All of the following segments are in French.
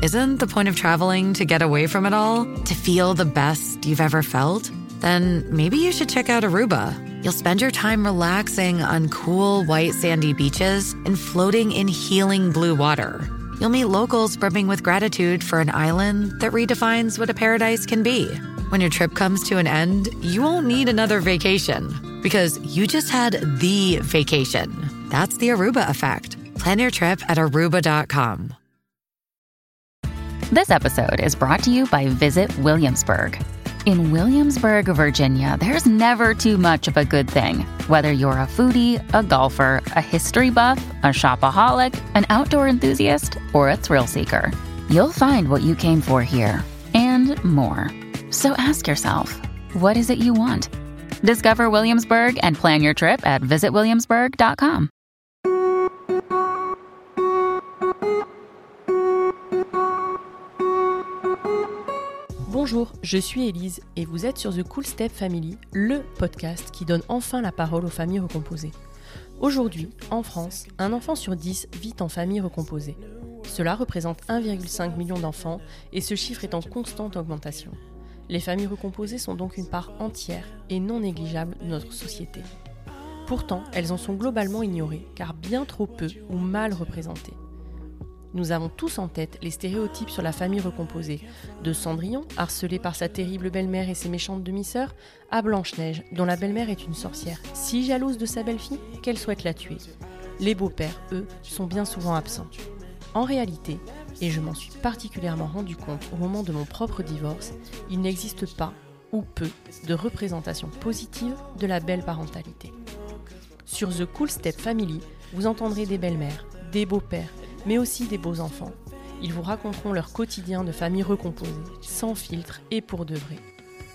Isn't the point of traveling to get away from it all? To feel the best you've ever felt? Then maybe you should check out Aruba. You'll spend your time relaxing on cool, white, sandy beaches and floating in healing blue water. You'll meet locals brimming with gratitude for an island that redefines what a paradise can be. When your trip comes to an end, you won't need another vacation because you just had the vacation. That's the Aruba effect. Plan your trip at Aruba.com. This episode is brought to you by Visit Williamsburg. In Williamsburg, Virginia, there's never too much of a good thing. Whether you're a foodie, a golfer, a history buff, a shopaholic, an outdoor enthusiast, or a thrill seeker, you'll find what you came for here and more. So ask yourself, what is it you want? Discover Williamsburg and plan your trip at visitwilliamsburg.com. Bonjour, je suis Élise et vous êtes sur The Cool Step Family, le podcast qui donne enfin la parole aux familles recomposées. Aujourd'hui, en France, un enfant sur 10 vit en famille recomposée. Cela représente 1,5 million d'enfants et ce chiffre est en constante augmentation. Les familles recomposées sont donc une part entière et non négligeable de notre société. Pourtant, elles en sont globalement ignorées car bien trop peu ou mal représentées. Nous avons tous en tête les stéréotypes sur la famille recomposée, de Cendrillon, harcelée par sa terrible belle-mère et ses méchantes demi-sœurs, à Blanche-Neige, dont la belle-mère est une sorcière, si jalouse de sa belle-fille qu'elle souhaite la tuer. Les beaux-pères, eux, sont bien souvent absents. En réalité, et je m'en suis particulièrement rendu compte au moment de mon propre divorce, il n'existe pas, ou peu, de représentation positive de la belle parentalité. Sur The Cool Step Family, vous entendrez des belles-mères, des beaux-pères, mais aussi des beaux enfants. Ils vous raconteront leur quotidien de famille recomposée, sans filtre et pour de vrai.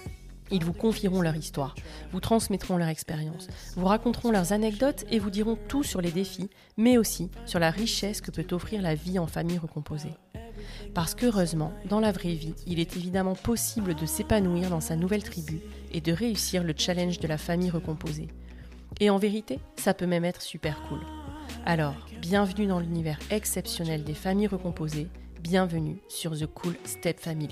Ils vous confieront leur histoire, vous transmettront leur expérience, vous raconteront leurs anecdotes et vous diront tout sur les défis, mais aussi sur la richesse que peut offrir la vie en famille recomposée. Parce qu'heureusement, dans la vraie vie, il est évidemment possible de s'épanouir dans sa nouvelle tribu et de réussir le challenge de la famille recomposée. Et en vérité, ça peut même être super cool. Alors, bienvenue dans l'univers exceptionnel des familles recomposées, bienvenue sur The Cool Step Family.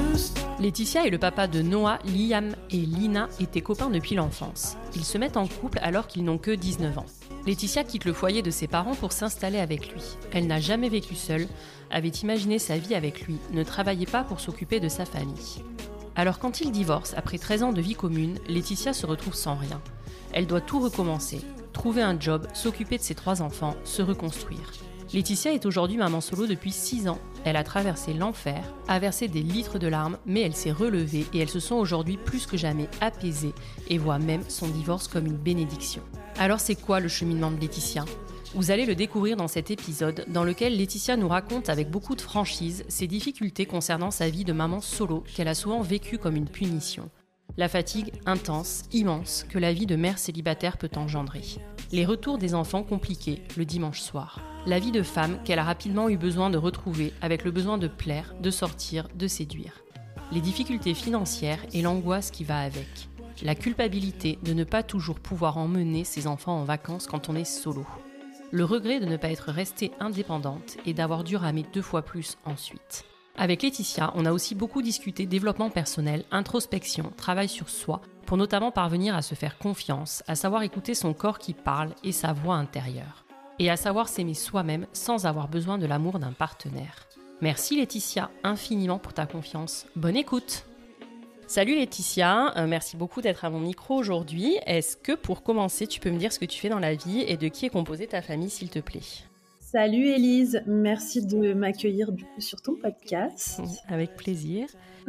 Laetitia et le papa de Noah, Liam et Lina étaient copains depuis l'enfance. Ils se mettent en couple alors qu'ils n'ont que 19 ans. Laetitia quitte le foyer de ses parents pour s'installer avec lui. Elle n'a jamais vécu seule, avait imaginé sa vie avec lui, ne travaillait pas pour s'occuper de sa famille. Alors quand ils divorcent, après 13 ans de vie commune, Laetitia se retrouve sans rien. Elle doit tout recommencer. Trouver un job, s'occuper de ses 3 enfants, se reconstruire. Laetitia est aujourd'hui maman solo depuis 6 ans. Elle a traversé l'enfer, a versé des litres de larmes, mais elle s'est relevée et elle se sent aujourd'hui plus que jamais apaisée et voit même son divorce comme une bénédiction. Alors c'est quoi le cheminement de Laetitia ? Vous allez le découvrir dans cet épisode dans lequel Laetitia nous raconte avec beaucoup de franchise ses difficultés concernant sa vie de maman solo qu'elle a souvent vécue comme une punition. La fatigue intense, immense, que la vie de mère célibataire peut engendrer. Les retours des enfants compliqués le dimanche soir. La vie de femme qu'elle a rapidement eu besoin de retrouver avec le besoin de plaire, de sortir, de séduire. Les difficultés financières et l'angoisse qui va avec. La culpabilité de ne pas toujours pouvoir emmener ses enfants en vacances quand on est solo. Le regret de ne pas être restée indépendante et d'avoir dû ramer 2 fois plus ensuite. Avec Laetitia, on a aussi beaucoup discuté développement personnel, introspection, travail sur soi, pour notamment parvenir à se faire confiance, à savoir écouter son corps qui parle et sa voix intérieure. Et à savoir s'aimer soi-même sans avoir besoin de l'amour d'un partenaire. Merci Laetitia, infiniment pour ta confiance. Bonne écoute! Salut Laetitia, merci beaucoup d'être à mon micro aujourd'hui. Est-ce que pour commencer, tu peux me dire ce que tu fais dans la vie et de qui est composée ta famille, s'il te plaît ? Salut Élise, merci de m'accueillir sur ton podcast. Avec plaisir.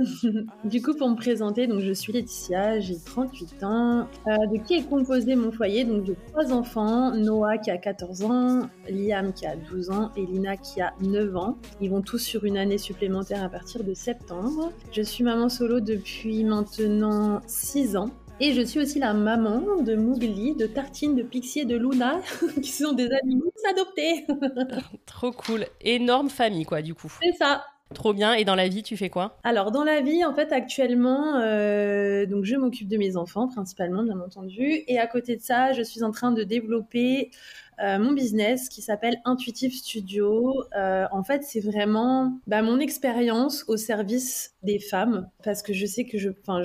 Du coup, pour me présenter, donc je suis Laetitia, j'ai 38 ans. De qui est composé mon foyer? Donc j'ai 3 enfants, Noah qui a 14 ans, Liam qui a 12 ans et Lina qui a 9 ans. Ils vont tous sur une année supplémentaire à partir de septembre. Je suis maman solo depuis maintenant 6 ans. Et je suis aussi la maman de Mowgli, de Tartine, de Pixie et de Luna, qui sont des animaux adoptés. Trop cool. Énorme famille, quoi, du coup. C'est ça. Trop bien. Et dans la vie, tu fais quoi ? Alors, dans la vie, en fait, actuellement, donc je m'occupe de mes enfants, principalement, bien entendu. Et à côté de ça, je suis en train de développer mon business qui s'appelle Intuitive Studio. En fait, c'est vraiment mon expérience au service des femmes. Parce que je sais que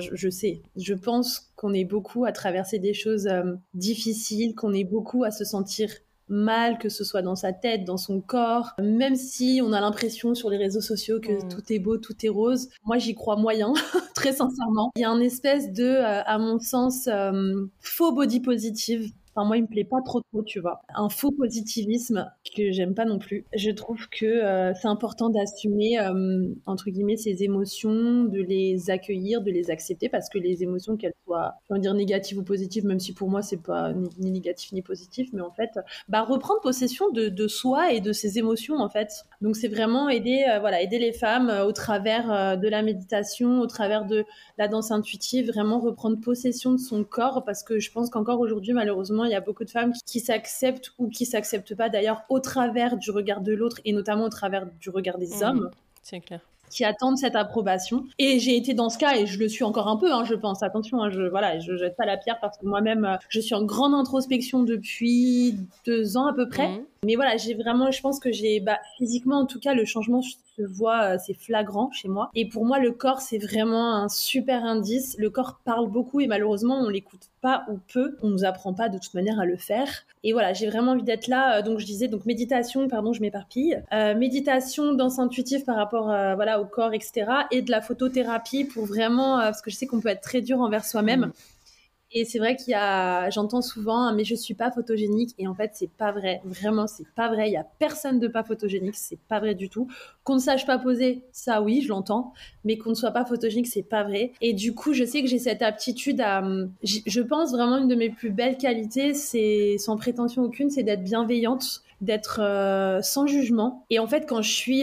je pense qu'on est beaucoup à traverser des choses difficiles, qu'on est beaucoup à se sentir mal, que ce soit dans sa tête, dans son corps, même si on a l'impression sur les réseaux sociaux que tout est beau, tout est rose. Moi, j'y crois moyen, très sincèrement. Il y a un espèce de, à mon sens, faux body positive. Enfin, moi, il me plaît pas trop, tu vois. Un faux positivisme que j'aime pas non plus. Je trouve que c'est important d'assumer, entre guillemets, ses émotions, de les accueillir, de les accepter, parce que les émotions, qu'elles soient, je veux dire, négatives ou positives, même si pour moi, c'est pas ni négatif ni positif, mais en fait, reprendre possession de soi et de ses émotions, en fait. Donc, c'est vraiment aider les femmes au travers de la méditation, au travers de la danse intuitive, vraiment reprendre possession de son corps, parce que je pense qu'encore aujourd'hui, malheureusement, il y a beaucoup de femmes qui s'acceptent ou qui s'acceptent pas d'ailleurs au travers du regard de l'autre et notamment au travers du regard des hommes. C'est clair. Qui attendent cette approbation. Et j'ai été dans ce cas et je le suis encore un peu, je pense. Attention, je jette pas la pierre parce que moi-même, je suis en grande introspection depuis 2 ans à peu près. Mais voilà, je pense que physiquement en tout cas, le changement se voit, c'est flagrant chez moi. Et pour moi, le corps, c'est vraiment un super indice. Le corps parle beaucoup et malheureusement, on l'écoute pas ou peu. On nous apprend pas de toute manière à le faire. Et voilà, j'ai vraiment envie d'être là. Donc je disais, méditation, je m'éparpille. Méditation, danse intuitive par rapport au corps, etc. Et de la photothérapie pour vraiment, parce que je sais qu'on peut être très dur envers soi-même. Et c'est vrai j'entends souvent, mais je suis pas photogénique. Et en fait, c'est pas vrai. Vraiment, c'est pas vrai. Il y a personne de pas photogénique. C'est pas vrai du tout. Qu'on ne sache pas poser, ça oui, je l'entends. Mais qu'on ne soit pas photogénique, c'est pas vrai. Et du coup, je sais que j'ai cette aptitude je pense vraiment une de mes plus belles qualités, c'est, sans prétention aucune, c'est d'être bienveillante, d'être sans jugement. Et en fait, quand je suis,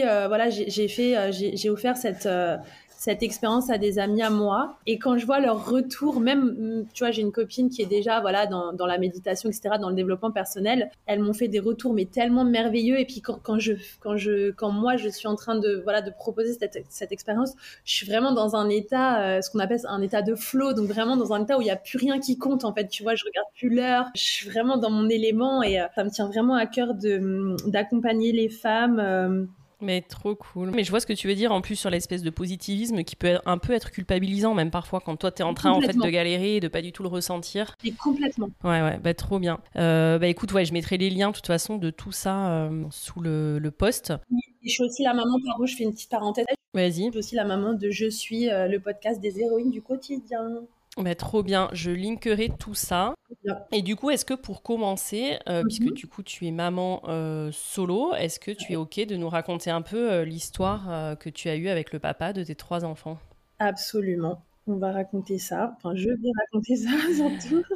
j'ai offert cette expérience à des amis à moi. Et quand je vois leur retour, même, tu vois, j'ai une copine qui est déjà, dans la méditation, etc., dans le développement personnel. Elles m'ont fait des retours, mais tellement merveilleux. Et puis, quand moi, je suis en train de proposer cette expérience, je suis vraiment dans un état, ce qu'on appelle un état de flow. Donc, vraiment dans un état où il n'y a plus rien qui compte, en fait. Tu vois, je regarde plus l'heure. Je suis vraiment dans mon élément et ça me tient vraiment à cœur d'accompagner les femmes, Mais trop cool. Mais je vois ce que tu veux dire en plus sur l'espèce de positivisme qui peut un peu être culpabilisant même parfois quand toi t'es en train en fait de galérer et de pas du tout le ressentir. Et complètement. Ouais, trop bien. Écoute, je mettrai les liens de toute façon de tout ça sous le post. Et je suis aussi la maman, pardon, je fais une petite parenthèse. Vas-y. Je suis aussi la maman de Je suis, le podcast des héroïnes du quotidien. Trop bien, je linkerai tout ça. Bien. Et du coup, est-ce que pour commencer, puisque du coup tu es maman solo, est-ce que tu es OK de nous raconter un peu l'histoire que tu as eue avec le papa de tes 3 enfants ? Absolument, on va raconter ça. Enfin, je vais raconter ça surtout.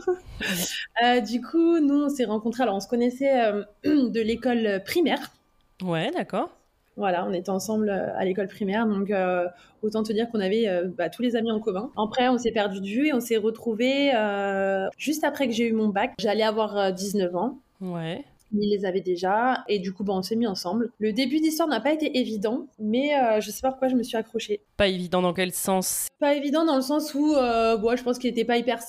Du coup, nous on s'est rencontrés, alors on se connaissait de l'école primaire. Ouais, d'accord. Voilà, on était ensemble à l'école primaire, donc autant te dire qu'on avait tous les amis en commun. Après, on s'est perdu de vue et on s'est retrouvés juste après que j'ai eu mon bac. J'allais avoir 19 ans. Ouais. Il les avait déjà et du coup on s'est mis ensemble. Le début d'histoire n'a pas été évident, mais je sais pas pourquoi je me suis accrochée. Pas évident dans quel sens ? Pas évident dans le sens où je pense qu'il était pas hyper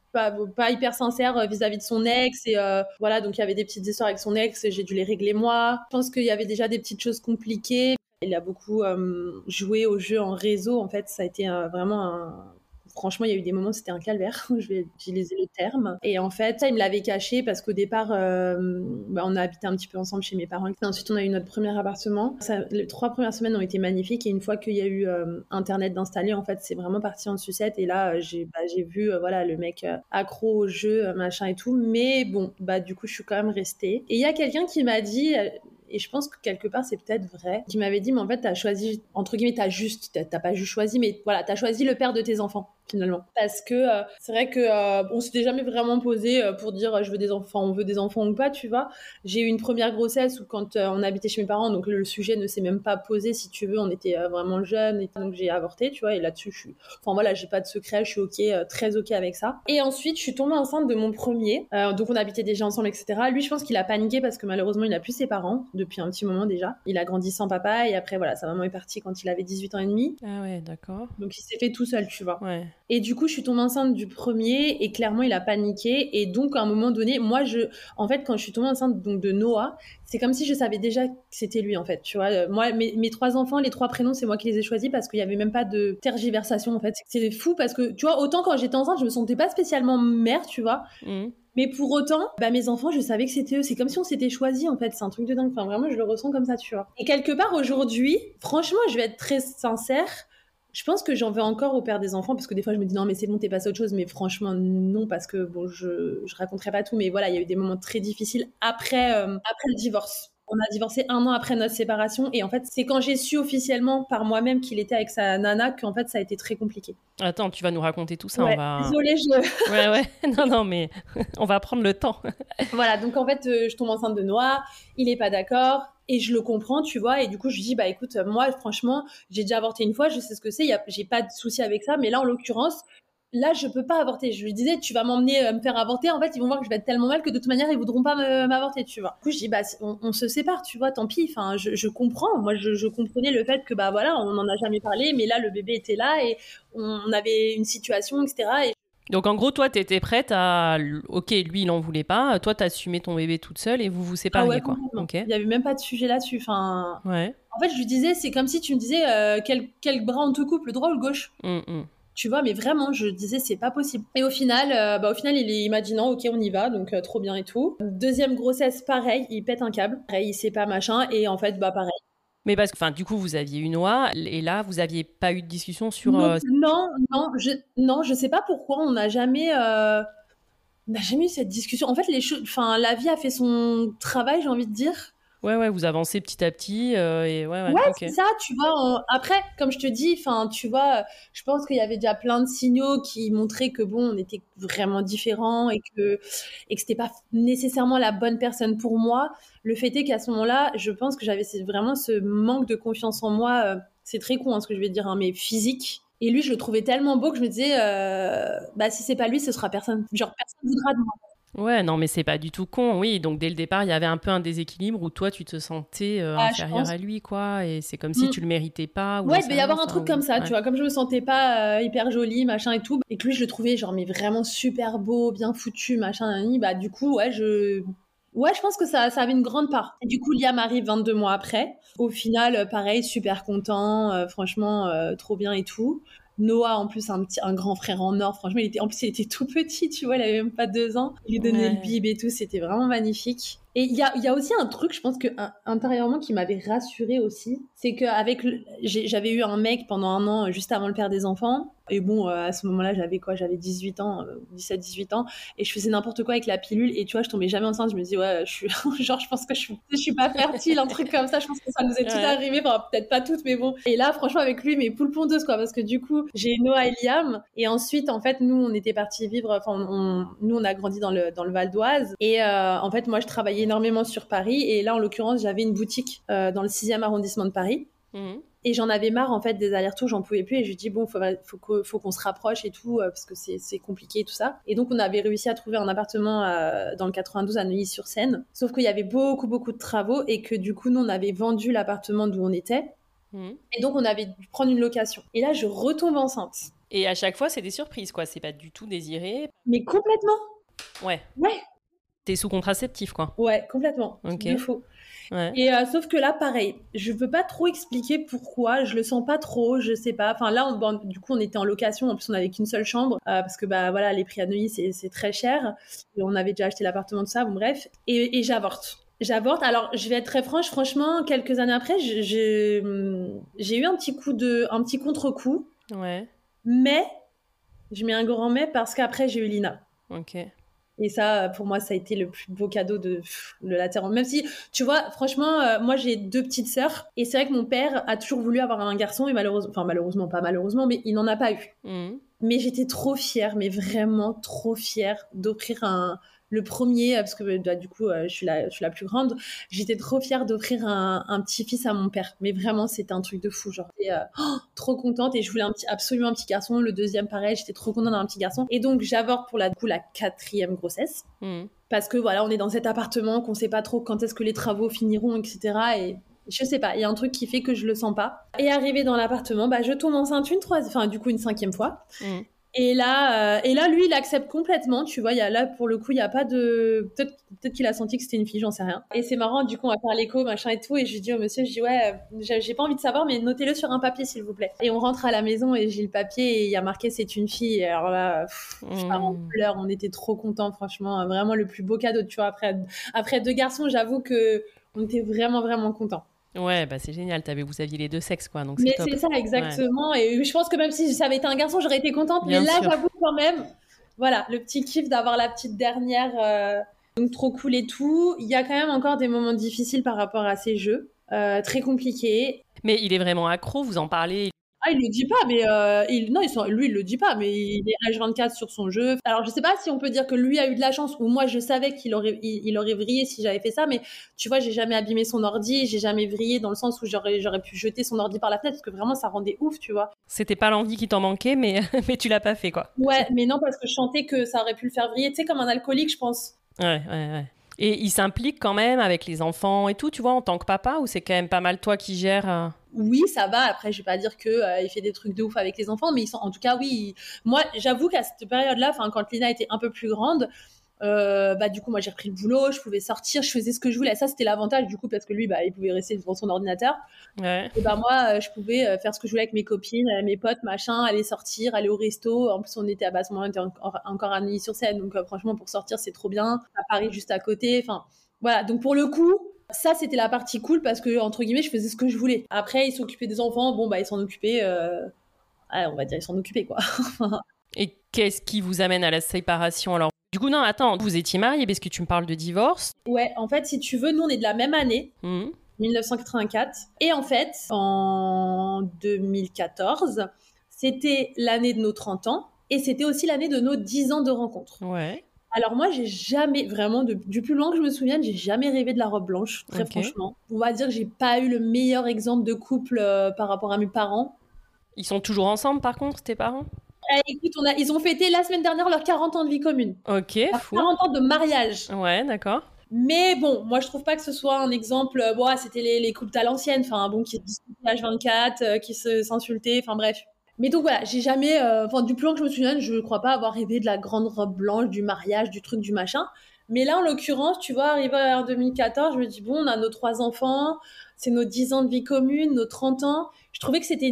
sincère vis-à-vis de son ex et donc il y avait des petites histoires avec son ex et j'ai dû les régler moi. Je pense qu'il y avait déjà des petites choses compliquées. Il a beaucoup joué au jeu en réseau, en fait ça a été Franchement, il y a eu des moments, c'était un calvaire, je vais utiliser le terme. Et en fait, ça, il me l'avait caché parce qu'au départ, on a habité un petit peu ensemble chez mes parents. Et ensuite, on a eu notre premier appartement. Les 3 premières semaines ont été magnifiques. Et une fois qu'il y a eu Internet d'installer, en fait, c'est vraiment parti en sucette. Et là, j'ai vu le mec accro au jeu, machin et tout. Mais bon, du coup, je suis quand même restée. Et il y a quelqu'un qui m'a dit... Et je pense que quelque part, c'est peut-être vrai. Qui m'avait dit, mais en fait, t'as choisi, entre guillemets, t'as pas juste choisi, mais voilà, t'as choisi le père de tes enfants. finalement. Parce que c'est vrai que on s'était jamais vraiment posé pour dire je veux des enfants, on veut des enfants ou pas, tu vois. J'ai eu une première grossesse où quand on habitait chez mes parents, donc le sujet ne s'est même pas posé, si tu veux, on était vraiment jeunes, et donc j'ai avorté, tu vois, et là-dessus, enfin voilà, j'ai pas de secret, je suis ok, très ok avec ça. Et ensuite, je suis tombée enceinte de mon premier, donc on habitait déjà ensemble, etc. Lui, je pense qu'il a paniqué parce que malheureusement, il n'a plus ses parents depuis un petit moment déjà. Il a grandi sans papa, et après, voilà, sa maman est partie quand il avait 18 ans et demi. Ah ouais, d'accord. Donc il s'est fait tout seul, tu vois. Ouais. Et du coup, je suis tombée enceinte du premier et clairement, il a paniqué. Et donc, à un moment donné, moi, en fait, quand je suis tombée enceinte donc, de Noah, c'est comme si je savais déjà que c'était lui, en fait. Tu vois, moi, mes 3 enfants, les 3 prénoms, c'est moi qui les ai choisis parce qu'il n'y avait même pas de tergiversation, en fait. C'est fou parce que, tu vois, autant quand j'étais enceinte, je me sentais pas spécialement mère, tu vois. Mais pour autant, mes enfants, je savais que c'était eux. C'est comme si on s'était choisis, en fait. C'est un truc de dingue. Enfin, vraiment, je le ressens comme ça, tu vois. Et quelque part, aujourd'hui, franchement, je vais être très sincère. Je pense que j'en veux encore au père des enfants parce que des fois je me dis non mais c'est bon, t'es passé à autre chose, mais franchement non, parce que bon, je raconterai pas tout, mais voilà, il y a eu des moments très difficiles après le divorce. On a divorcé 1 an après notre séparation et en fait c'est quand j'ai su officiellement par moi-même qu'il était avec sa nana qu'en fait ça a été très compliqué. Attends, tu vas nous raconter tout ça, ouais, on va... Désolée, Ouais, non, mais on va prendre le temps. Voilà, donc en fait, je tombe enceinte de Noah, il est pas d'accord, et je le comprends, tu vois, et du coup, je lui dis, écoute, moi, franchement, j'ai déjà avorté une fois, je sais ce que c'est, j'ai pas de souci avec ça, mais là, en l'occurrence, là, je peux pas avorter. Je lui disais, tu vas m'emmener me faire avorter, en fait, ils vont voir que je vais être tellement mal que de toute manière, ils voudront pas m'avorter, tu vois. Du coup, je dis, on se sépare, tu vois, tant pis, enfin, je comprends, moi, je comprenais le fait que, voilà, on n'en a jamais parlé, mais là, le bébé était là, et on avait une situation, etc., et donc en gros, toi, t'étais prête à... Ok, lui, il en voulait pas. Toi, t'as assumé ton bébé toute seule et vous vous sépariez, ouais, quoi. Okay. Il y avait même pas de sujet là-dessus. Enfin, ouais. En fait, je lui disais, c'est comme si tu me disais quel bras on te coupe, le droit ou le gauche. Tu vois, mais vraiment, je disais, c'est pas possible. Et au final, il m'a dit non, ok, on y va, donc trop bien et tout. Deuxième grossesse, pareil, il pète un câble. Pareil, il sait pas, machin, et en fait, pareil. Mais parce que, du coup, vous aviez eu Noah, et là, vous aviez pas eu de discussion sur... Non, je sais pas pourquoi on n'a jamais eu cette discussion. En fait, la vie a fait son travail, j'ai envie de dire. Ouais, vous avancez petit à petit, et ouais, okay. C'est ça, tu vois. Après, comme je te dis, tu vois, je pense qu'il y avait déjà plein de signaux qui montraient que bon, on était vraiment différents et que c'était pas nécessairement la bonne personne pour moi. Le fait est qu'à ce moment-là, je pense que j'avais vraiment ce manque de confiance en moi. C'est très con, ce que je vais dire, mais physique. Et lui, je le trouvais tellement beau que je me disais, si c'est pas lui, ce sera personne. Genre, personne voudra de moi. Ouais, non, mais c'est pas du tout con, oui. Donc, dès le départ, il y avait un peu un déséquilibre où toi, tu te sentais inférieure à lui, quoi. Et c'est comme si tu le méritais pas. Ouais, il devait y avoir un truc comme ça, tu vois. Comme je me sentais pas hyper jolie, machin et tout. Et que lui, je le trouvais, mais vraiment super beau, bien foutu, machin. Du coup, ouais, je pense que ça avait une grande part. Et du coup, Liam arrive 22 mois après. Au final, pareil, super content, franchement, trop bien et tout. Noah, en plus, un grand frère en or. Franchement, il était tout petit, tu vois, il avait même pas 2 ans. Il lui donnait le bib et tout, c'était vraiment magnifique. Et il y a aussi un truc, je pense que intérieurement, qui m'avait rassurée aussi, c'est qu'avec j'avais eu un mec pendant 1 an, juste avant le père des enfants. Et bon, à ce moment-là, j'avais 18 ans, 17-18 ans, et je faisais n'importe quoi avec la pilule. Et tu vois, je tombais jamais enceinte. Je me disais, ouais, je pense que je suis pas fertile, un truc comme ça. Je pense que ça nous est tout arrivé, enfin, peut-être pas toutes, mais bon. Et là, franchement, avec lui, mais poule pondeuse, quoi, parce que du coup, j'ai Noah et Liam. Et ensuite, en fait, nous, on était partis vivre, nous, on a grandi dans le Val d'Oise. Et en fait, moi, je travaillais énormément sur Paris. Et là, en l'occurrence, j'avais une boutique dans le 6e arrondissement de Paris. Et j'en avais marre, en fait, des allers-retours, j'en pouvais plus. Et je lui dis, bon, faut qu'on se rapproche et tout, parce que c'est compliqué et tout ça. Et donc, on avait réussi à trouver un appartement dans le 92 à Neuilly-sur-Seine. Sauf qu'il y avait beaucoup, beaucoup de travaux et que du coup, nous, on avait vendu l'appartement d'où on était. Et donc, on avait dû prendre une location. Et là, je retombe enceinte. Et à chaque fois, c'est des surprises, quoi. C'est pas du tout désiré. Mais complètement. Ouais. T'es sous contraceptif, quoi. Ouais, complètement. Okay. Il faut. Ouais. Et sauf que là, pareil, je peux pas trop expliquer pourquoi, je le sens pas trop, je sais pas. Enfin là, du coup, on était en location, en plus on avait qu'une seule chambre, parce que voilà, les prix à Neuilly, c'est très cher. Et on avait déjà acheté l'appartement, tout ça, bon bref. Et j'avorte. Alors, je vais être très franchement, quelques années après, j'ai eu un petit contre-coup. Ouais. Mais, je mets un grand mais parce qu'après, j'ai eu Lina. Ok. Et ça, pour moi, ça a été le plus beau cadeau de la Terre. Même si, tu vois, franchement, moi, j'ai 2 petites sœurs. Et c'est vrai que mon père a toujours voulu avoir un garçon. Et malheureusement, pas malheureusement, mais il n'en a pas eu. Mais j'étais trop fière, mais vraiment trop fière d'offrir le premier, parce que du coup, je suis la plus grande. J'étais trop fière d'offrir un petit-fils à mon père. Mais vraiment, c'était un truc de fou. Genre, j'étais trop contente et je voulais absolument un petit garçon. Le deuxième, pareil, j'étais trop contente d'avoir un petit garçon. Et donc, j'avorte pour la 4e grossesse. Parce que voilà, on est dans cet appartement qu'on sait pas trop quand est-ce que les travaux finiront, etc. Et je sais pas, il y a un truc qui fait que je le sens pas. Et arrivé dans l'appartement, je tombe enceinte une 5e fois. Et là, lui, il accepte complètement, tu vois. Là, pour le coup, il y a pas de. Peut-être qu'il a senti que c'était une fille, j'en sais rien. Et c'est marrant, du coup, on va faire l'écho, machin et tout. Et je lui dis au monsieur, ouais, j'ai pas envie de savoir, mais notez-le sur un papier, s'il vous plaît. Et on rentre à la maison et j'ai le papier et il y a marqué c'est une fille. Et alors là, je pars en pleurs. On était trop contents, franchement, vraiment le plus beau cadeau, tu vois. Après 2 garçons, j'avoue que on était vraiment, vraiment contents. Ouais, c'est génial, vous aviez les 2 sexes, quoi, donc mais c'est top. C'est ça, exactement. Ouais. Et je pense que même si ça avait été un garçon, j'aurais été contente. Bien mais là, sûr. J'avoue quand même, voilà, le petit kiff d'avoir la petite dernière, donc trop cool et tout. Il y a quand même encore des moments difficiles par rapport à ces jeux, très compliqués. Mais il est vraiment accro, vous en parlez? Ah, il le dit pas, mais lui, il le dit pas, mais il est H24 sur son jeu. Alors, je sais pas si on peut dire que lui a eu de la chance, ou moi, je savais qu'il aurait vrillé si j'avais fait ça, mais tu vois, j'ai jamais abîmé son ordi, j'ai jamais vrillé dans le sens où j'aurais pu jeter son ordi par la fenêtre, parce que vraiment, ça rendait ouf, tu vois. C'était pas l'envie qui t'en manquait, mais tu l'as pas fait, quoi. Ouais, mais non, parce que je sentais que ça aurait pu le faire vriller, tu sais, comme un alcoolique, je pense. Ouais. Et il s'implique quand même avec les enfants et tout, tu vois, en tant que papa, ou c'est quand même pas mal toi qui gères Oui, ça va. Après, je vais pas dire que il fait des trucs de ouf avec les enfants, mais en tout cas, oui. Moi, j'avoue qu'à cette période-là, quand Lina était un peu plus grande, du coup, moi, j'ai repris le boulot, je pouvais sortir, je faisais ce que je voulais. Ça, c'était l'avantage, du coup, parce que lui, il pouvait rester devant son ordinateur. Ouais. Et moi, je pouvais faire ce que je voulais avec mes copines, mes potes, machin, aller sortir, aller au resto. En plus, on était à ce moment-là, on était encore à Neuilly-sur-Seine, donc franchement, pour sortir, c'est trop bien. À Paris, juste à côté. Enfin, voilà. Donc, pour le coup, ça, c'était la partie cool parce que, entre guillemets, je faisais ce que je voulais. Après, il s'occupait des enfants. Bon, il s'en occupait. On va dire, il s'en occupait, quoi. Et qu'est-ce qui vous amène à la séparation alors? Du coup, non, attends, vous étiez mariés parce que tu me parles de divorce. Ouais, en fait, si tu veux, nous, on est de la même année, 1984. Et en fait, en 2014, c'était l'année de nos 30 ans et c'était aussi l'année de nos 10 ans de rencontre. Ouais. Alors moi, j'ai jamais, vraiment, du plus loin que je me souvienne, j'ai jamais rêvé de la robe blanche, très franchement. On va dire que j'ai pas eu le meilleur exemple de couple par rapport à mes parents. Ils sont toujours ensemble, par contre, tes parents? Écoute, ils ont fêté la semaine dernière leurs 40 ans de vie commune. Ok, fou. 40 ans de mariage. Ouais, d'accord. Mais bon, moi je trouve pas que ce soit un exemple. C'était les couples à l'ancienne, qui se disputaient H24, qui s'insultaient, bref. Mais donc voilà, j'ai jamais, du plus loin que je me souvienne, je crois pas avoir rêvé de la grande robe blanche, du mariage, du truc, du machin. Mais là, en l'occurrence, tu vois, arrivé en 2014, je me dis, bon, on a nos 3 enfants, c'est nos 10 ans de vie commune, nos 30 ans. Je trouvais que c'était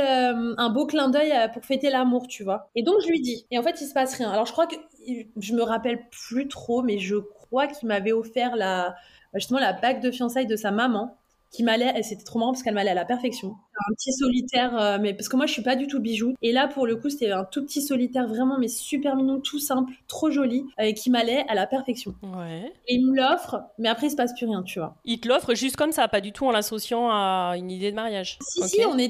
un beau clin d'œil pour fêter l'amour, tu vois. Et donc, je lui dis. Et en fait, il se passe rien. Alors, je crois que, je me rappelle plus trop, mais je crois qu'il m'avait offert justement la bague de fiançailles de sa maman, qui m'allait, et c'était trop marrant parce qu'elle m'allait à la perfection. Un petit solitaire, mais parce que moi je suis pas du tout bijou. Et là pour le coup c'était un tout petit solitaire vraiment mais super mignon, tout simple, trop joli, qui m'allait à la perfection. Ouais. Et il me l'offre, mais après il se passe plus rien, tu vois. Il te l'offre juste comme ça, pas du tout en l'associant à une idée de mariage. Si, on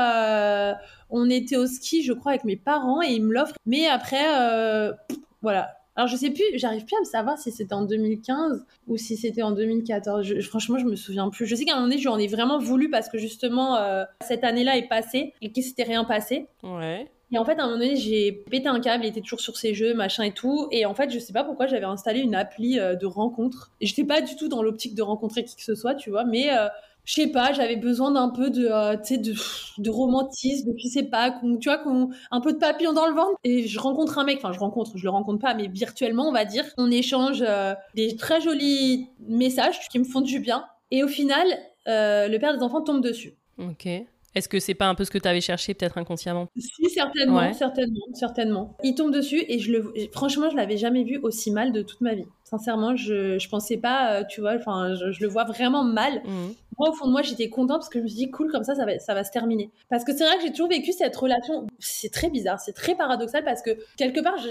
était au ski, je crois, avec mes parents et il me l'offre. Mais après, voilà. Alors, je sais plus, j'arrive plus à me savoir si c'était en 2015 ou si c'était en 2014. Franchement, je me souviens plus. Je sais qu'à un moment donné, j'en ai vraiment voulu parce que justement, cette année-là est passée et qu'il s'était rien passé. Ouais. Et en fait, à un moment donné, j'ai pété un câble, il était toujours sur ses jeux, machin et tout. Et en fait, je sais pas pourquoi j'avais installé une appli de rencontre. Et j'étais pas du tout dans l'optique de rencontrer qui que ce soit, tu vois, mais... je sais pas, j'avais besoin d'un peu de romantisme, je sais pas, un peu de papillon dans le ventre. Et je rencontre un mec, je le rencontre pas, mais virtuellement, on va dire. On échange des très jolis messages qui me font du bien. Et au final, le père des enfants tombe dessus. Ok. Est-ce que c'est pas un peu ce que tu avais cherché, peut-être inconsciemment? Si, certainement, ouais. certainement. Il tombe dessus et franchement, je l'avais jamais vu aussi mal de toute ma vie. Sincèrement, je pensais pas, tu vois, je le vois vraiment mal. Moi, au fond de moi, j'étais contente parce que je me suis dit, cool, comme ça va se terminer. Parce que c'est vrai que j'ai toujours vécu cette relation, c'est très bizarre, c'est très paradoxal parce que quelque part,